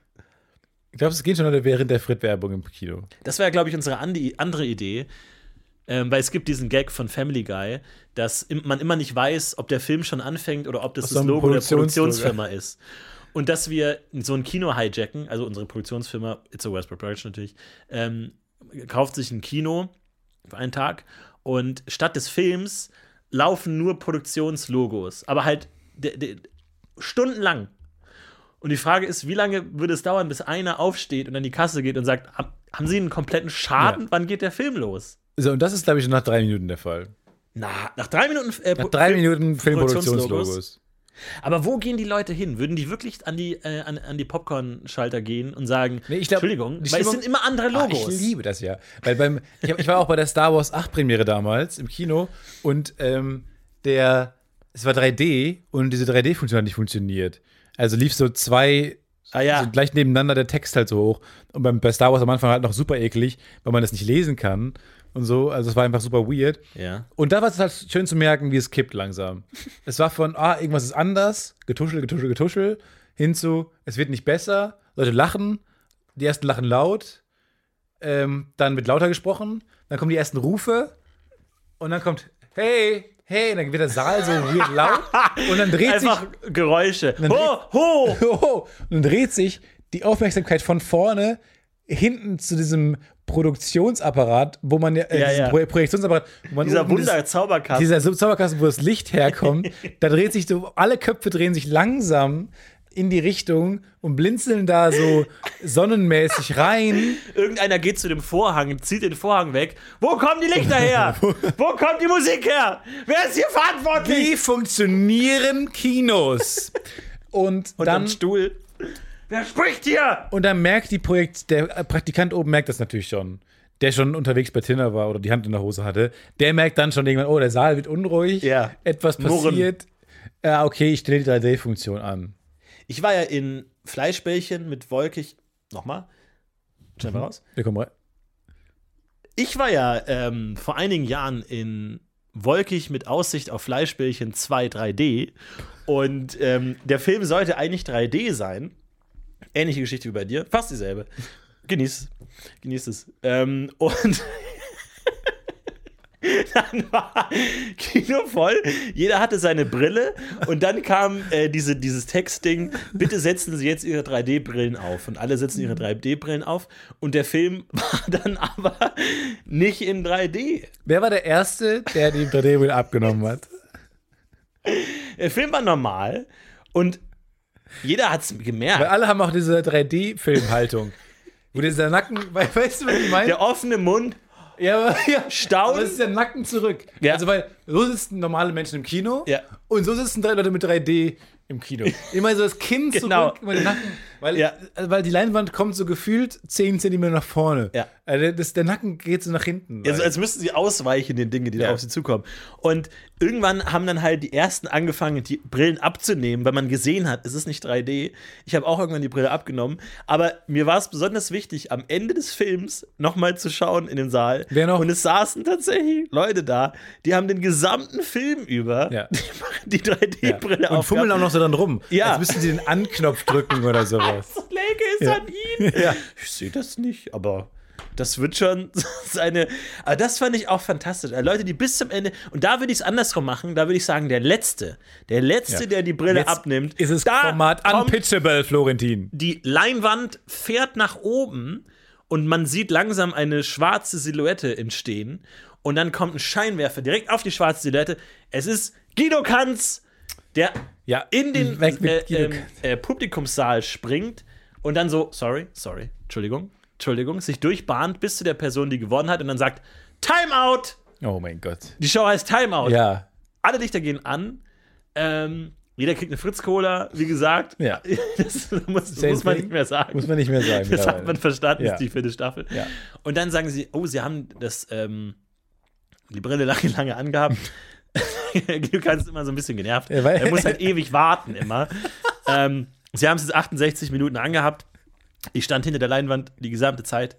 Ich glaube, es geht schon Leute während der Frit-Werbung im Kino. Das wäre, glaube ich, unsere andi- andere Idee. Ähm, weil es gibt diesen Gag von Family Guy, dass im, man immer nicht weiß, ob der Film schon anfängt oder ob das Aus das so einem Logo der Produktionslogo. Produktionsfirma ist. Und dass wir so ein Kino hijacken, also unsere Produktionsfirma, It's a Westbrook Production natürlich, ähm, kauft sich ein Kino für einen Tag und statt des Films laufen nur Produktionslogos, aber halt de, de, stundenlang. Und die Frage ist, wie lange würde es dauern, bis einer aufsteht und an die Kasse geht und sagt, "Hab- haben Sie einen kompletten Schaden? Ja. Wann geht der Film los? So, und das ist, glaube ich, schon nach drei Minuten der Fall. Na, nach drei Minuten äh, Nach drei Film- Minuten Produktionslogos. Filmproduktionslogos. Aber wo gehen die Leute hin? Würden die wirklich an die, äh, an, an die Popcorn-Schalter gehen und sagen, Nee, ich glaub, Entschuldigung, die weil es Stimmung- sind immer andere Ah, Logos. ich liebe das ja. Weil beim, ich, hab, ich war auch bei der Star Wars acht Premiere damals im Kino und ähm, der, es war drei D und diese drei D-Funktion hat nicht funktioniert. Also lief so zwei, ah ja, so gleich nebeneinander der Text halt so hoch. Und beim, bei Star Wars am Anfang halt noch super eklig, weil man das nicht lesen kann und so. Also es war einfach super weird. ja. Und da war es halt schön zu merken, wie es kippt langsam. Es war von, ah, irgendwas ist anders, getuschel, getuschel, getuschel, hin zu, es wird nicht besser, Leute lachen, die ersten lachen laut, ähm, dann wird lauter gesprochen, dann kommen die ersten Rufe und dann kommt, hey, hey, und dann wird der Saal so weird laut und dann dreht Einfach Geräusche. Dann Ho, ho! sich, oh, und dann dreht sich die Aufmerksamkeit von vorne hinten zu diesem Produktionsapparat, wo man ja, äh, Ja, diesen ja. Pro Projektionsapparat, wo man Dieser oben dieses- Wunder-Zauberkasten. dieser Zauberkasten, wo das Licht herkommt, da dreht sich so, alle Köpfe drehen sich langsam in die Richtung und blinzeln da so sonnenmäßig rein. Irgendeiner geht zu dem Vorhang, zieht den Vorhang weg. Wo kommen die Lichter her? Wo kommt die Musik her? Wer ist hier verantwortlich? Wie funktionieren Kinos? Und Unterm dann, Stuhl. Wer spricht hier? und dann merkt die Projekt, der Praktikant oben merkt das natürlich schon. Der schon unterwegs bei Tinder war oder die Hand in der Hose hatte. Der merkt dann schon irgendwann, oh, der Saal wird unruhig. Ja. Etwas Murren. passiert. Ja, okay, ich stelle die drei D-Funktion an. Ich war ja in Fleischbällchen mit wolkig. Nochmal. Schnell mal raus. Wir kommen rein. Ich war ja ähm, vor einigen Jahren in Wolkig mit Aussicht auf Fleischbällchen zwei drei D. Und ähm, der Film sollte eigentlich drei D sein. Ähnliche Geschichte wie bei dir. Fast dieselbe. Genieß es. Genieß es. Ähm, und dann war Kino voll. Jeder hatte seine Brille. Und dann kam äh, diese, dieses Textding: Bitte setzen Sie jetzt Ihre drei D-Brillen auf. Und alle setzen ihre drei D-Brillen auf. Und der Film war dann aber nicht in drei D. Wer war der Erste, der die drei D-Brille abgenommen hat? Der Film war normal. Und jeder hat es Weil gemerkt. alle haben auch diese drei D-Filmhaltung. Wo dieser Nacken, we- weißt du, was ich meine? Der offene Mund. Ja, aber, ja, Staunen. aber es ist der Nacken zurück. Ja. Also, weil so sitzen normale Menschen im Kino Ja. und so sitzen drei Leute mit drei D im Kino. Immer so das Kinn Genau. zurück, immer den Nacken. Weil, Ja. also, weil die Leinwand kommt so gefühlt zehn Zentimeter nach vorne. Ja. Also das, der Nacken geht so nach hinten. Also, als müssten sie ausweichen den Dingen, die Ja. da auf sie zukommen. Und irgendwann haben dann halt die ersten angefangen, die Brillen abzunehmen, weil man gesehen hat, es ist nicht drei D. Ich habe auch irgendwann die Brille abgenommen. Aber mir war es besonders wichtig, am Ende des Films nochmal zu schauen in den Saal. Wer noch? Und es saßen tatsächlich Leute da, die haben den gesamten Film über Ja. die drei D-Brille Und fummeln auch noch so dran rum. Ja. Als müssten sie den Anknopf drücken oder sowas. sowas. So Lege ist Ja. an ihn. Ja. Ich sehe das nicht, aber das wird schon seine. Aber das fand ich auch fantastisch. Also Leute, die bis zum Ende. Und da würde ich es andersrum machen. Da würde ich sagen, der Letzte, der Letzte, Ja. der die Brille Jetzt abnimmt. Ist es da Format kommt unpitchable, Florentin. die Leinwand fährt nach oben und man sieht langsam eine schwarze Silhouette entstehen. Und dann kommt ein Scheinwerfer direkt auf die schwarze Silhouette. Es ist Guido Kanz, der Ja, in den weg mit äh, Guido ähm, äh, Publikumssaal springt und dann so, sorry, sorry, Entschuldigung, Entschuldigung, sich durchbahnt bis zu der Person, die gewonnen hat und dann sagt, Timeout! Oh mein Gott. Die Show heißt Timeout. Ja. Alle Lichter gehen an. Ähm, jeder kriegt eine Fritz-Cola, wie gesagt. Ja. Das muss, Same muss man thing. nicht mehr sagen. Muss man nicht mehr sagen. Das hat mittlerweile. man verstanden, Ja. ist die vierte Staffel. Ja. Und dann sagen sie, oh, sie haben das, ähm, die Brille lange, lange angehabt. Du kannst immer so ein bisschen genervt. Ja, weil- Er muss halt ewig warten immer. ähm, sie haben es jetzt achtundsechzig Minuten angehabt. Ich stand hinter der Leinwand die gesamte Zeit.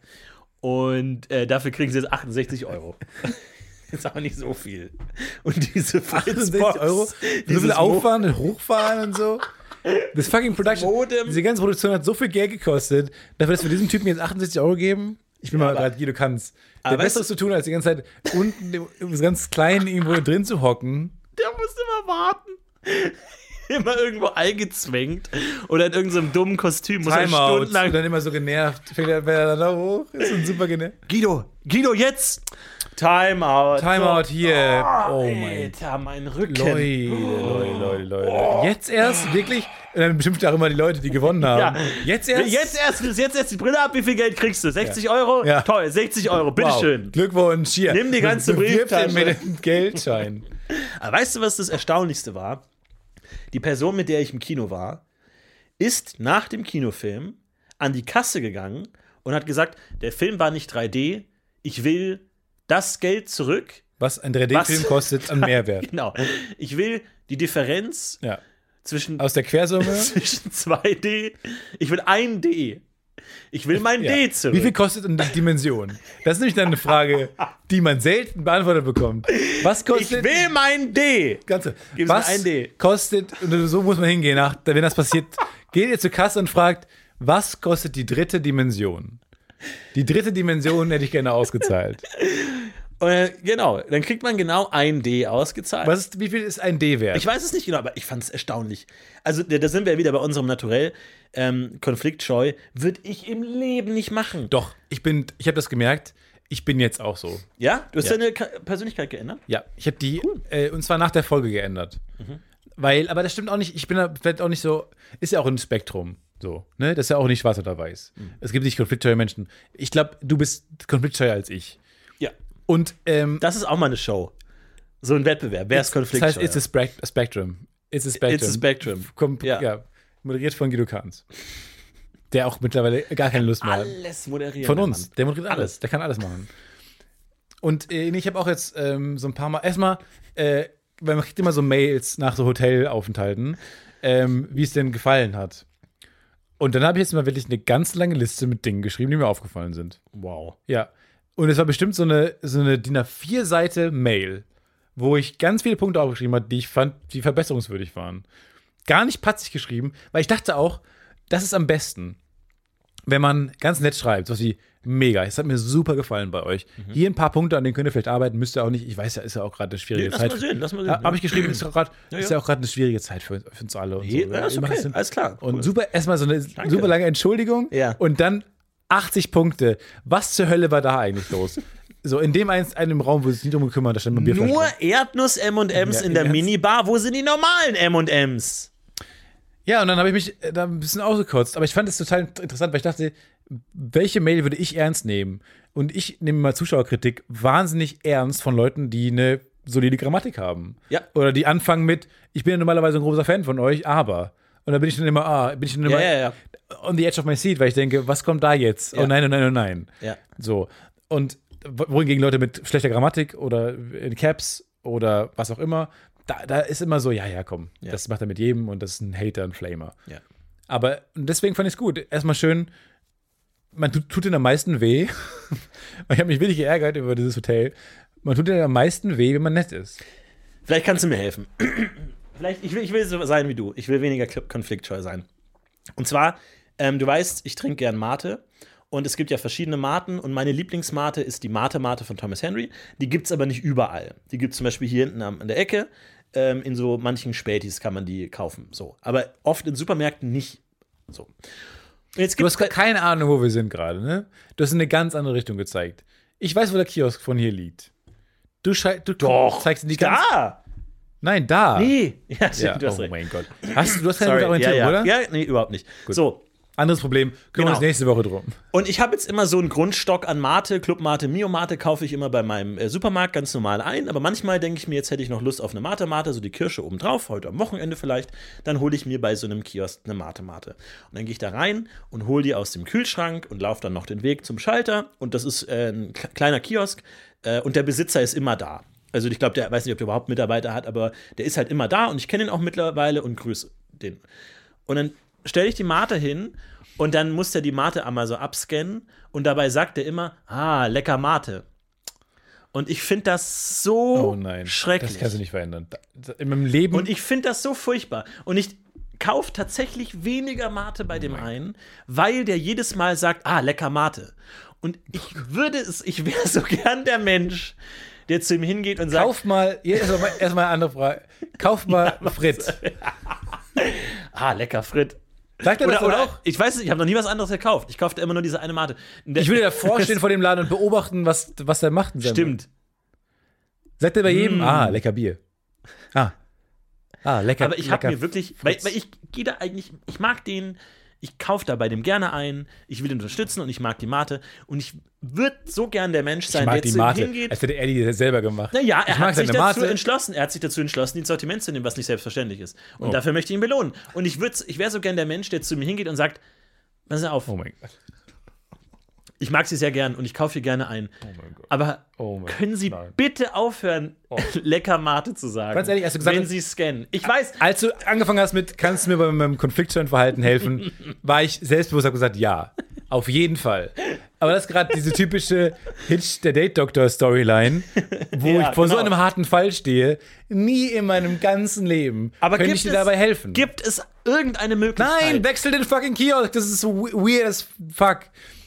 Und äh, dafür kriegen sie jetzt achtundsechzig Euro. Ist auch nicht so viel. Und diese achtundsechzig Fritzbox, Euro? So dieses viel Mo- auffahren und hochfahren und so. Das fucking Production. Modem. Diese ganze Produktion hat so viel Geld gekostet. Dafür, dass wir diesem Typen jetzt achtundsechzig Euro geben. Ich bin mal aber- gerade Guido Kanz. Der aber weißt Besseres zu tun, als die ganze Zeit unten im ganz klein irgendwo drin zu hocken. Der muss immer warten. Immer irgendwo eingezwängt oder in irgendeinem dummen Kostüm. Muss er Timeout. Und stundenlang. dann immer so genervt. Fängt er er da hoch. Ist so super genervt. Guido, Guido, jetzt! Timeout. Timeout So. hier. Oh mein Alter, mein Rücken. Leute, Leute, Leute, Leute. Jetzt erst, wirklich? Und dann bestimmt auch immer die Leute, die gewonnen haben. Ja. Jetzt erst? Jetzt erst, jetzt erst die Brille ab. Wie viel Geld kriegst du? sechzig Euro? Ja. Toll, sechzig Euro. Bitteschön. Wow. Glückwunsch, hier. Nimm die ganze Bewirb den Brieftasche. mit dem Geldschein. Aber weißt du, was das Erstaunlichste war? Die Person, mit der ich im Kino war, ist nach dem Kinofilm an die Kasse gegangen und hat gesagt, der Film war nicht drei D, ich will das Geld zurück. Was ein drei D-Film Was? kostet an Mehrwert. Genau. Ich will die Differenz Ja. zwischen, Aus der Quersumme. zwischen zwei D, ich will ein D. Ich will mein Ja. D zurück. Wie viel kostet denn die Dimension? Das ist nämlich dann eine Frage, die man selten beantwortet bekommt. Was ich kostet. will mein D. Ganze, Gib mir was ein D. kostet, und so muss man hingehen, nach, wenn das passiert, geht ihr zur Kasse und fragt, was kostet die dritte Dimension? Die dritte Dimension hätte ich gerne ausgezahlt. Äh, genau, dann kriegt man genau ein D ausgezahlt. Was ist, wie viel ist ein D wert? Ich weiß es nicht genau, aber ich fand es erstaunlich. Also, da da sind wir wieder bei unserem Naturell. Ähm, konfliktscheu würde ich im Leben nicht machen. Doch, ich bin, ich habe das gemerkt, ich bin jetzt auch so. Ja? Du hast Ja. deine Ka- Persönlichkeit geändert? Ja, ich habe die, äh, und zwar nach der Folge geändert. Mhm. Weil, aber das stimmt auch nicht, ich bin da vielleicht auch nicht so, ist ja auch ein Spektrum, so, ne? Das ist ja auch nicht schwarz oder weiß. Mhm. Es gibt nicht konfliktscheue Menschen. Ich glaube, du bist konfliktscheuer als ich. Ja. Und, ähm, Das ist auch mal eine Show. So ein Wettbewerb. Wer ist das konfliktscheu? heißt, it's a, spec a spectrum. It's a spectrum. It's a spectrum. Kom Ja. ja. Moderiert von Guido Kanz. Der auch mittlerweile gar keine Lust mehr hat. Alles moderieren. Von der uns. Mann. Der moderiert alles. Alles. Der kann alles machen. Und äh, nee, ich habe auch jetzt ähm, so ein paar Mal, erstmal, äh, weil man kriegt immer so Mails nach so Hotelaufenthalten, ähm, wie es denn gefallen hat. Und dann habe ich jetzt mal wirklich eine ganz lange Liste mit Dingen geschrieben, die mir aufgefallen sind. Wow. Ja. Und es war bestimmt so eine, so eine D I N A vier Seite Mail, wo ich ganz viele Punkte aufgeschrieben habe, die ich fand, die verbesserungswürdig waren. Gar nicht patzig geschrieben, weil ich dachte auch, das ist am besten, wenn man ganz nett schreibt, so wie mega, es hat mir super gefallen bei euch. Mhm. Hier ein paar Punkte, an denen könnt ihr vielleicht arbeiten, müsst ihr auch nicht. Ich weiß ja, ist ja auch gerade eine schwierige Lass Zeit. mal sehen, lass mal sehen. Ja, Habe ich geschrieben, ist, auch grad, Ja, ist ja. ja auch gerade eine schwierige Zeit für, für uns alle. Und Nee, so. ja, ist Ihr macht okay. das Sinn. Alles klar. Und Cool. super, erstmal so eine super lange Entschuldigung Ja. und dann achtzig Punkte. Was zur Hölle war da eigentlich los? So, in dem einen, einem Raum, wo es nicht drum gekümmert, da stand ein Bierflasche. Nur Erdnuss-M und M's Ja, in der im Ernst? Minibar. Wo sind die normalen M und M's? Ja, und dann habe ich mich äh, da ein bisschen ausgekotzt. Aber ich fand es total interessant, weil ich dachte, welche Mail würde ich ernst nehmen? Und ich nehme mal Zuschauerkritik wahnsinnig ernst von Leuten, die eine solide Grammatik haben. Ja. Oder die anfangen mit, ich bin ja normalerweise ein großer Fan von euch, aber. Und dann bin ich dann immer, ah, bin ich dann immer Ja, ja, ja. on the edge of my seat, weil ich denke, was kommt da jetzt? Ja. Oh nein, oh nein, oh nein. Ja. So. Und wohingegen Leute mit schlechter Grammatik oder in Caps oder was auch immer, da, da ist immer so, ja, ja, komm, Ja. das macht er mit jedem und das ist ein Hater, ein Flamer. Ja. Aber deswegen fand ich es gut. Erstmal schön, man tut, tut ihnen am meisten weh. Ich habe mich wirklich geärgert über dieses Hotel. Man tut ihnen am meisten weh, wenn man nett ist. Vielleicht kannst du mir helfen. Vielleicht, ich will, ich will so sein wie du. Ich will weniger k- konfliktscheu sein. Und zwar Ähm, du weißt, ich trinke gern Mate. Und es gibt ja verschiedene Maten. Und meine Lieblingsmate ist die Mate-Mate von Thomas Henry. Die gibt es aber nicht überall. Die gibt es zum Beispiel hier hinten an der Ecke. Ähm, in so manchen Spätis kann man die kaufen. So. Aber oft in Supermärkten nicht. So. Und jetzt Du gibt's hast keine Ahnung, wo wir sind gerade, ne? Du hast in eine ganz andere Richtung gezeigt. Ich weiß, wo der Kiosk von hier liegt. Du, schei- du Doch, zeigst in die ganz. da! Nein, da. Nee. Ja, stimmt, Ja, du hast oh recht. mein Gott. Hast, du du hast keine Sorry. gute Orientierung, ja, ja. oder? Ja, nee, überhaupt nicht. So, Anderes Problem. Kümmern wir Genau. uns nächste Woche drum. und ich habe jetzt immer so einen Grundstock an Mate, Club-Mate, Mio-Mate kaufe ich immer bei meinem äh, Supermarkt ganz normal ein. Aber manchmal denke ich mir, jetzt hätte ich noch Lust auf eine Mate-Mate, so die Kirsche oben drauf, heute am Wochenende vielleicht. Dann hole ich mir bei so einem Kiosk eine Mate-Mate. Und dann gehe ich da rein und hole die aus dem Kühlschrank und laufe dann noch den Weg zum Schalter. Und das ist äh, ein k- kleiner Kiosk äh, und der Besitzer ist immer da. Also ich glaube, der weiß nicht, ob der überhaupt Mitarbeiter hat, aber der ist halt immer da und ich kenne ihn auch mittlerweile und grüße den. Und dann stelle ich die Mate hin und dann muss der die Mate einmal so abscannen und dabei sagt er immer, ah, lecker Mate. Und ich finde das so Oh nein. schrecklich. Das kannst du nicht verändern. Da- In meinem Leben. Und ich finde das so furchtbar. Und ich kaufe tatsächlich weniger Mate bei dem einen, weil der jedes Mal sagt, ah, lecker Mate. Und ich würde es, ich wäre so gern der Mensch, der zu ihm hingeht und sagt, Kauf mal, hier ist aber erstmal eine andere Frage. Kauf mal Fritz. ah, lecker Frit. Sagt er das Oder, dann oder auch? ich weiß nicht, ich habe noch nie was anderes gekauft. Ich kaufte immer nur diese eine Mate. Der- Ich würde davor stehen vor dem Laden und beobachten, was, was er macht. in seinem- Stimmt. Sagt er bei jedem, Mm. ah, lecker Bier. Ah. Ah, lecker Aber ich habe lecker mir wirklich, weil, Fritz. weil ich gehe da eigentlich, ich mag den, ich kaufe da bei dem gerne ein, ich will ihn unterstützen und ich mag die Mate und ich würde so gern der Mensch sein, Ich mag der die zu ihm Mate, hingeht. als hätte er die selber gemacht. Naja, er ich mag hat sich seine dazu Mate. entschlossen, er hat sich dazu entschlossen, die ins Sortiment zu nehmen, was nicht selbstverständlich ist. Und Oh. dafür möchte ich ihn belohnen. Und ich, würd, ich wäre so gern der Mensch, der zu mir hingeht und sagt, pass auf, Oh mein Gott. ich mag sie sehr gern und ich kaufe hier gerne ein. Oh mein Gott. Aber Oh mein können Sie Gott. bitte aufhören, lecker Mate zu sagen? Ganz ehrlich, als du gesagt wenn hast- Sie scannen. Ich weiß, Als du angefangen hast mit, kannst du mir bei meinem Konfliktscheinverhalten helfen, war ich selbstbewusst, habe gesagt, ja, auf jeden Fall. Aber das ist gerade diese typische Hitch der Date-Doktor-Storyline, wo Ja, ich vor so genau. einem harten Fall stehe, nie in meinem ganzen Leben aber könnte gibt ich dir es, dabei helfen. Gibt es irgendeine Möglichkeit? Nein, wechsel den fucking Kiosk, das ist so weird as fuck.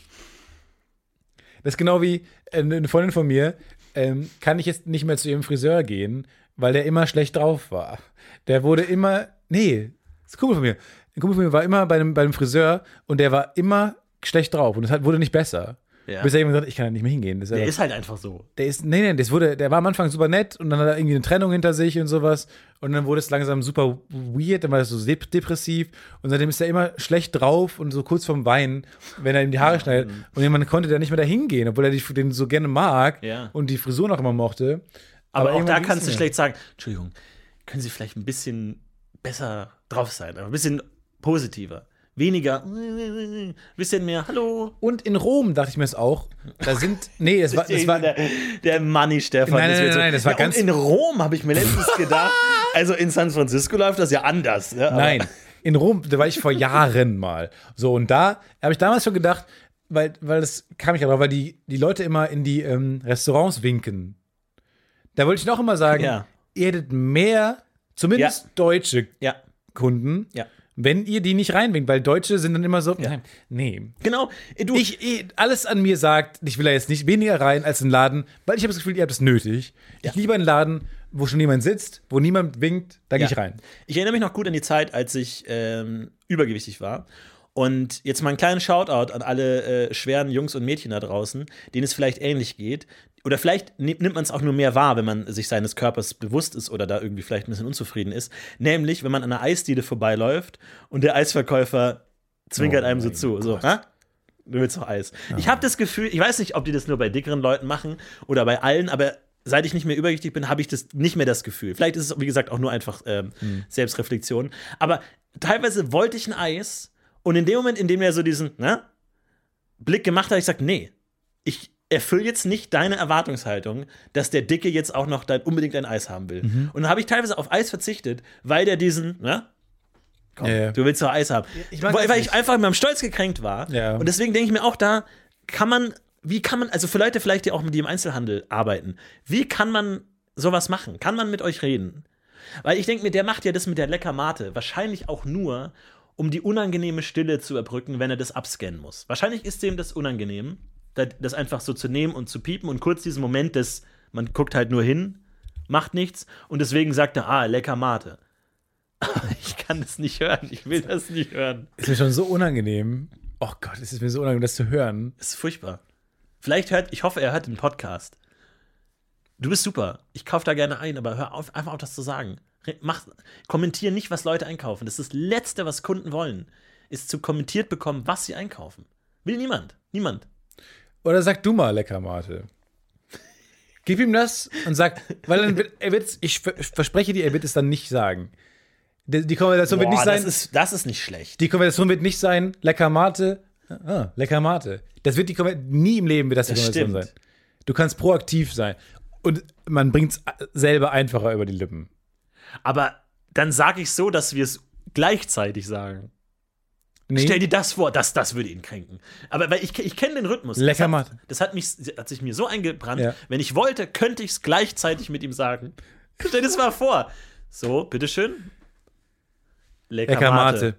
Das ist genau wie äh, eine Freundin von mir, ähm, kann ich jetzt nicht mehr zu ihrem Friseur gehen, weil der immer schlecht drauf war. Der wurde immer, nee, das ist ein Kumpel von mir. Ein Kumpel von mir war immer bei einem, bei einem Friseur und der war immer schlecht drauf und es hat- wurde nicht besser. Ja. Bis er irgendwann gesagt hat, ich kann da nicht mehr hingehen. Das ist Der einfach- ist halt einfach so. der ist, nee, nee, das wurde, der war am Anfang super nett und dann hat er irgendwie eine Trennung hinter sich und sowas und dann wurde es langsam super weird, dann war er so dep- depressiv und seitdem ist er immer schlecht drauf und so kurz vorm Weinen, wenn er ihm die Haare schneidet und jemand konnte da nicht mehr da hingehen, obwohl er die, den so gerne mag Ja. und die Frisur noch immer mochte. Aber, auch irgendwann da ging's kannst du nicht mehr. schlecht sagen, Entschuldigung, können Sie vielleicht ein bisschen besser drauf sein, ein bisschen positiver. Weniger, ein bisschen mehr, hallo. Und in Rom dachte ich mir es auch, da sind, nee, das war, das war, der, der Manni Stefan. Nein, das nein, wird nein, nein, das war ja, ganz- und in Rom habe ich mir letztens gedacht, also in San Francisco läuft das ja anders. Ne? Aber- Nein, in Rom, da war ich vor Jahren mal. So, und da habe ich damals schon gedacht, weil, weil das kam ich ja drauf, weil die, die Leute immer in die ähm, Restaurants winken. Da wollte ich noch immer sagen, Ja. ihr hättet mehr, zumindest Ja. deutsche Ja, Kunden, ja. wenn ihr die nicht reinwinkt, weil Deutsche sind dann immer so, nein, nee. Genau. Du, Ich, ich, alles an mir sagt, ich will da jetzt nicht weniger rein als einen Laden, weil ich habe das Gefühl, ihr habt es nötig. Ich liebe einen Laden, wo schon jemand sitzt, wo niemand winkt, da gehe Ja. ich rein. Ich erinnere mich noch gut an die Zeit, als ich ähm, übergewichtig war. Und jetzt mal einen kleinen Shoutout an alle äh, schweren Jungs und Mädchen da draußen, denen es vielleicht ähnlich geht. Oder vielleicht nimmt man es auch nur mehr wahr, wenn man sich seines Körpers bewusst ist oder da irgendwie vielleicht ein bisschen unzufrieden ist. Nämlich, wenn man an einer Eisdiele vorbeiläuft und der Eisverkäufer zwinkert Oh einem so mein zu. So, Gott. ha? Du willst doch Eis. Ich habe das Gefühl, ich weiß nicht, ob die das nur bei dickeren Leuten machen oder bei allen, aber seit ich nicht mehr übergewichtig bin, habe ich das nicht mehr das Gefühl. Vielleicht ist es, wie gesagt, auch nur einfach ähm, Selbstreflexion. Aber teilweise wollte ich ein Eis und in dem Moment, in dem er so diesen ne, Blick gemacht hat, ich gesagt, nee, ich erfülle jetzt nicht deine Erwartungshaltung, dass der Dicke jetzt auch noch dein, unbedingt ein Eis haben will. Und dann habe ich teilweise auf Eis verzichtet, weil der diesen, ne? Komm, Ja, ja. du willst doch Eis haben. Ich mag weil das weil ich nicht. einfach in meinem Stolz gekränkt war. Ja. Und deswegen denke ich mir auch da, kann man, wie kann man, also für Leute vielleicht, die auch mit die im Einzelhandel arbeiten, wie kann man sowas machen? Kann man mit euch reden? Weil ich denke mir, der macht ja das mit der lecker Mate wahrscheinlich auch nur, um die unangenehme Stille zu überbrücken, wenn er das abscannen muss. Wahrscheinlich ist ihm das unangenehm, das einfach so zu nehmen und zu piepen und kurz diesen Moment des, man guckt halt nur hin, macht nichts und deswegen sagt er, ah, lecker Mate. Ich kann das nicht hören, ich will das nicht hören. Ist mir schon so unangenehm. Oh Gott, es ist mir so unangenehm, das zu hören. Das ist furchtbar. Vielleicht hört, ich hoffe, er hört den Podcast. Du bist super, ich kaufe da gerne ein, aber hör auf, einfach auf das zu sagen. Mach, kommentier nicht, was Leute einkaufen. Das ist das Letzte, was Kunden wollen, ist zu kommentiert bekommen, was sie einkaufen. Will niemand, niemand. Oder sag du mal, lecker Mate. Gib ihm das und sag, weil dann wird, er wird, ich verspreche dir, er wird es dann nicht sagen. Die, die Konversation Boah, wird nicht sein. Das ist, das ist nicht schlecht. Die Konversation wird nicht sein, lecker Mate. Ah, lecker Mate. Das wird die Konversation, nie im Leben wird das die Das Konversation stimmt. sein. Du kannst proaktiv sein. Und man bringt es selber einfacher über die Lippen. Aber dann sage ich so, dass wir es gleichzeitig sagen. Nee. Stell dir das vor, das, das würde ihn kränken. Aber weil ich, ich kenne den Rhythmus. Lecker das Mate. hat, das hat, mich, hat sich mir so eingebrannt. Ja. Wenn ich wollte, könnte ich es gleichzeitig mit ihm sagen. Stell dir das mal vor. So, bitteschön. Lecker, Lecker Mate. Mate.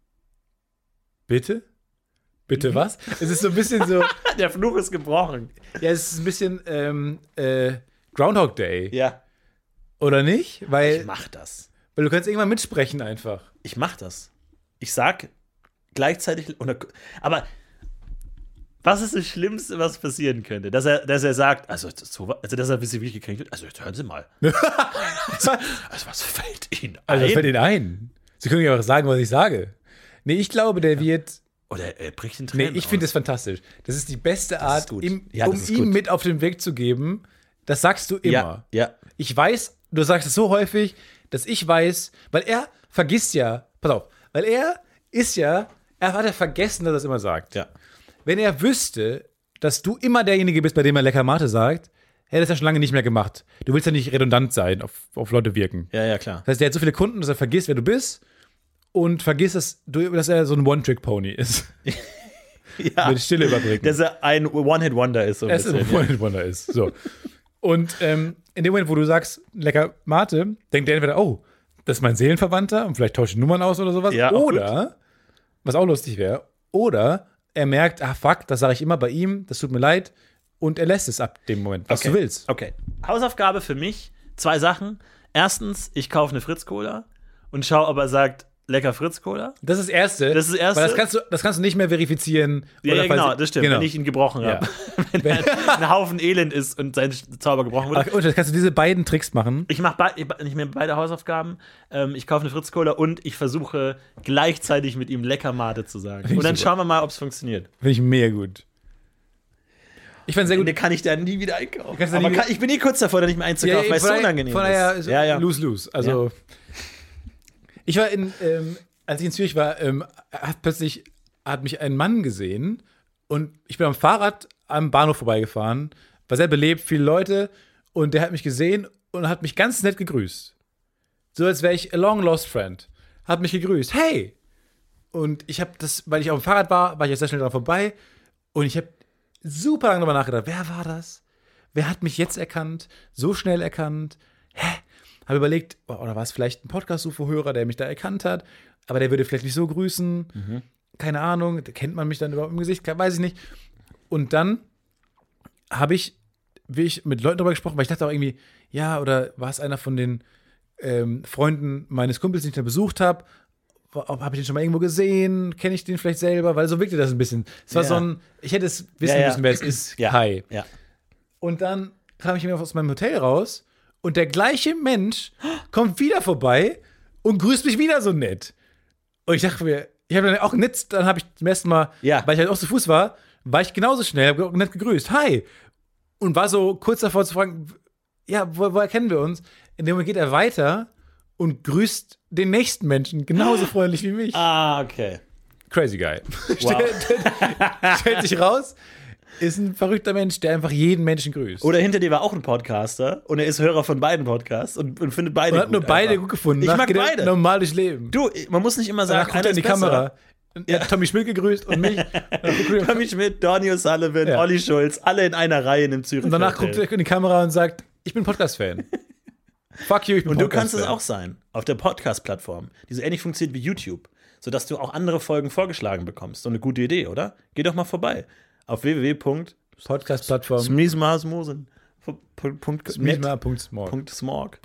Bitte? Bitte Mhm. was? Es ist so ein bisschen so, Der Fluch ist gebrochen. ja, es ist ein bisschen ähm, äh, Groundhog Day. Ja. Oder nicht? Weil, Ich mach das. weil du kannst irgendwann mitsprechen einfach. Ich mach das. Ich sag gleichzeitig. Oder, aber was ist das Schlimmste, was passieren könnte? Dass er, dass er sagt, also, so, also dass er ein bisschen wirklich gekränkt wird. Also, jetzt hören Sie mal. also, also, was fällt Ihnen ein? Also, was fällt Ihnen ein? Sie können ja auch sagen, was ich sage. Nee, ich glaube, der wird. Oder er bricht in Nee, Tränen ich finde aus. das fantastisch. Das ist die beste ist Art, gut. ihm, Ja, um das ist ihm gut. mit auf den Weg zu geben. Das sagst du immer. Ja, ja. Ich weiß, du sagst es so häufig, dass ich weiß, weil er vergisst ja, pass auf, weil er ist ja, er hat ja vergessen, dass er es immer sagt. Ja. Wenn er wüsste, dass du immer derjenige bist, bei dem er lecker Mate sagt, hätte er es ja schon lange nicht mehr gemacht. Du willst ja nicht redundant sein, auf, auf Leute wirken. Ja, ja, klar. Das heißt, er hat so viele Kunden, dass er vergisst, wer du bist und vergisst, dass, du, dass er so ein One-Trick-Pony ist. Ja. Mit Stille überbrücken. Dass er ein One-Hit-Wonder ist. So ein Er ist bisschen, ein One-Hit-Wonder ist. So. Und ähm, in dem Moment, wo du sagst, lecker Mate, denkt er entweder, oh, das ist mein Seelenverwandter und vielleicht tauscht Nummern aus oder sowas. Ja, auch oder, was auch lustig wäre, oder er merkt, ah fuck, das sage ich immer bei ihm, das tut mir leid, und er lässt es ab dem Moment, was Okay. du willst. Okay. Hausaufgabe für mich: zwei Sachen. Erstens, ich kaufe eine Fritz-Cola und schaue, ob er sagt, lecker Fritz-Cola. Das ist das Erste. Das ist das Erste. Weil das kannst du, das kannst du nicht mehr verifizieren. Ja, oder ja, falls- genau, das stimmt, Genau. wenn ich ihn gebrochen Ja. habe. wenn er ein Haufen Elend ist und sein Zauber gebrochen wurde. Ach, und jetzt kannst du diese beiden Tricks machen. Ich mache be nicht mehr beide Hausaufgaben. Ähm, ich kaufe eine Fritz-Cola und ich versuche gleichzeitig mit ihm lecker Mate zu sagen. Finde ich Und dann super. schauen wir mal, ob es funktioniert. Finde ich mega gut. Ich fand sehr gut. Den kann ich dann nie wieder einkaufen. Kannst du Aber nie kann, ich bin eh kurz davor, da nicht mehr einzukaufen, weil es so von daher- unangenehm von daher ist. ist. Ja, ja. Lose-lose. Also, ich war in, ähm, als ich in Zürich war, ähm, hat plötzlich hat mich ein Mann gesehen und ich bin am Fahrrad am Bahnhof vorbeigefahren, war sehr belebt, viele Leute und der hat mich gesehen und hat mich ganz nett gegrüßt. So als wäre ich a long lost friend. Hat mich gegrüßt. Hey! Und ich habe das, weil ich auf dem Fahrrad war, war ich jetzt sehr schnell dran vorbei und ich habe super lange darüber nachgedacht, wer war das? Wer hat mich jetzt erkannt? So schnell erkannt? Hä? Habe überlegt, oh, oder war es vielleicht ein Podcast-U F O-Hörer, der mich da erkannt hat, aber der würde vielleicht nicht so grüßen. Mhm. Keine Ahnung, kennt man mich dann überhaupt im Gesicht? Weiß ich nicht. Und dann habe ich, wie ich mit Leuten darüber gesprochen, weil ich dachte auch irgendwie, ja, oder war es einer von den ähm, Freunden meines Kumpels, den ich da besucht habe? Habe ich den schon mal irgendwo gesehen? Kenne ich den vielleicht selber? Weil so wirkte das ein bisschen. Es war Ja. so ein, ich hätte es wissen Ja, ja. müssen, wer es ist. Ja. Hi. Ja. Und dann kam ich mir aus meinem Hotel raus und der gleiche Mensch kommt wieder vorbei und grüßt mich wieder so nett. Und ich dachte mir, ich habe dann auch nett, dann habe ich zum ersten Mal, Ja. weil ich halt auch zu Fuß war, war ich genauso schnell, habe auch nett gegrüßt. Hi. Und war so kurz davor zu fragen, ja, wo, woher kennen wir uns? In dem Moment geht er weiter und grüßt den nächsten Menschen genauso freundlich wie mich. Ah, okay. Crazy Guy. Wow. Stellt, stellt sich raus, ist ein verrückter Mensch, der einfach jeden Menschen grüßt. Oder hinter dir war auch ein Podcaster und er ist Hörer von beiden Podcasts und, und findet beide Und hat gut. nur beide einfach. gut gefunden. Ich Danach mag geht er beide. normal durchs Leben. Du, man muss nicht immer Danach sagen, guckt einer er in die ist besser. Kamera. Er hat Tommy Schmidt gegrüßt und mich. Und Tommy Schmidt, Donny O'Sullivan, Ja. Olli Schulz, alle in einer Reihe in dem Zürich. danach Hotel. guckt er in die Kamera und sagt, ich bin Podcast-Fan. Fuck you, ich bin Und du kannst Podcast-Fan. es auch sein, auf der Podcast-Plattform, die so ähnlich funktioniert wie YouTube. sodass du auch andere Folgen vorgeschlagen bekommst. So eine gute Idee, oder? Geh doch mal vorbei auf w w w punkt Podcast-Plattform. Smismasmosen. Smisma Punkt smog. Punkt smog.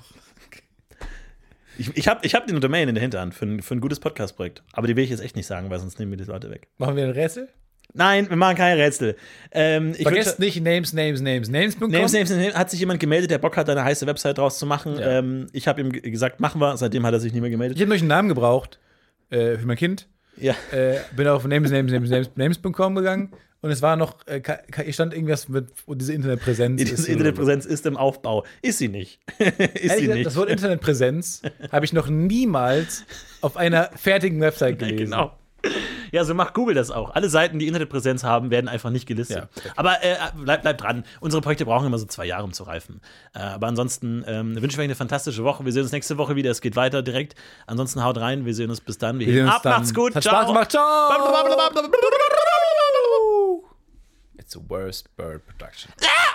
Ich, ich habe ich hab die Domain in der Hinterhand für ein, für ein gutes Podcast-Projekt. Aber die will ich jetzt echt nicht sagen, weil sonst nehmen wir die Leute weg. Machen wir ein Rätsel? Nein, wir machen keine Rätsel. Ähm, ich Vergesst wünsche, nicht Names, Names, Names, Names Punkt com. Names, Names, Names. Hat sich jemand gemeldet, der Bock hat, eine heiße Website draus zu machen. Ja. Ähm, ich habe ihm g- gesagt, machen wir. Seitdem hat er sich nicht mehr gemeldet. Ich habe neulich einen Namen gebraucht äh, für mein Kind. Ja. Äh, bin auf Names, Names, Names, Names, Names Punkt com gegangen und es war noch, äh, hier stand irgendwas mit, wo diese Internetpräsenz Diese ist. Internetpräsenz ist im Aufbau. Ist sie nicht. ist Ehrlich sie gesagt, nicht. das Wort Internetpräsenz habe ich noch niemals auf einer fertigen Website gelesen. Genau. Ja, so macht Google das auch. Alle Seiten, die Internetpräsenz haben, werden einfach nicht gelistet. Ja, okay. Aber äh, bleibt bleib dran. Unsere Projekte brauchen immer so zwei Jahre, um zu reifen. Äh, aber ansonsten ähm, wünschen wir euch eine fantastische Woche. Wir sehen uns nächste Woche wieder. Es geht weiter direkt. Ansonsten haut rein. Wir sehen uns bis dann. Wir, Wir sehen heben uns ab. dann. Macht's gut. Hat Ciao. Spaß gemacht. Ciao. It's the worst bird production.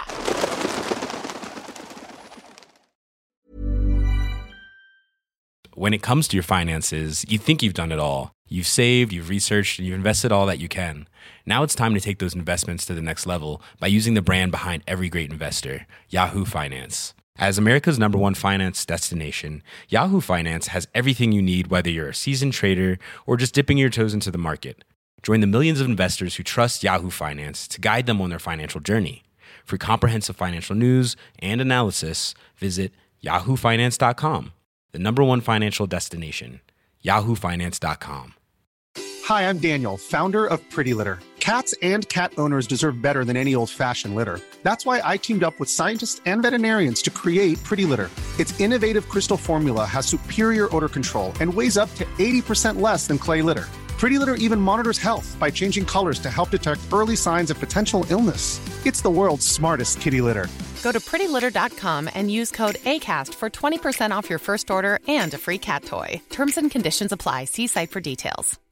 When it comes to your finances, you think you've done it all. You've saved, you've researched, and you've invested all that you can. Now it's time to take those investments to the next level by using the brand behind every great investor, Yahoo Finance. As America's number one finance destination, Yahoo Finance has everything you need, whether you're a seasoned trader or just dipping your toes into the market. Join the millions of investors who trust Yahoo Finance to guide them on their financial journey. For comprehensive financial news and analysis, visit yahoo finance dot com. The number one financial destination, yahoo finance dot com. Hi, I'm Daniel, founder of Pretty Litter. Cats and cat owners deserve better than any old-fashioned litter. That's why I teamed up with scientists and veterinarians to create Pretty Litter. Its innovative crystal formula has superior odor control and weighs up to eighty percent less than clay litter. Pretty Litter even monitors health by changing colors to help detect early signs of potential illness. It's the world's smartest kitty litter. Go to pretty litter dot com and use code ACAST for twenty percent off your first order and a free cat toy. Terms and conditions apply. See site for details.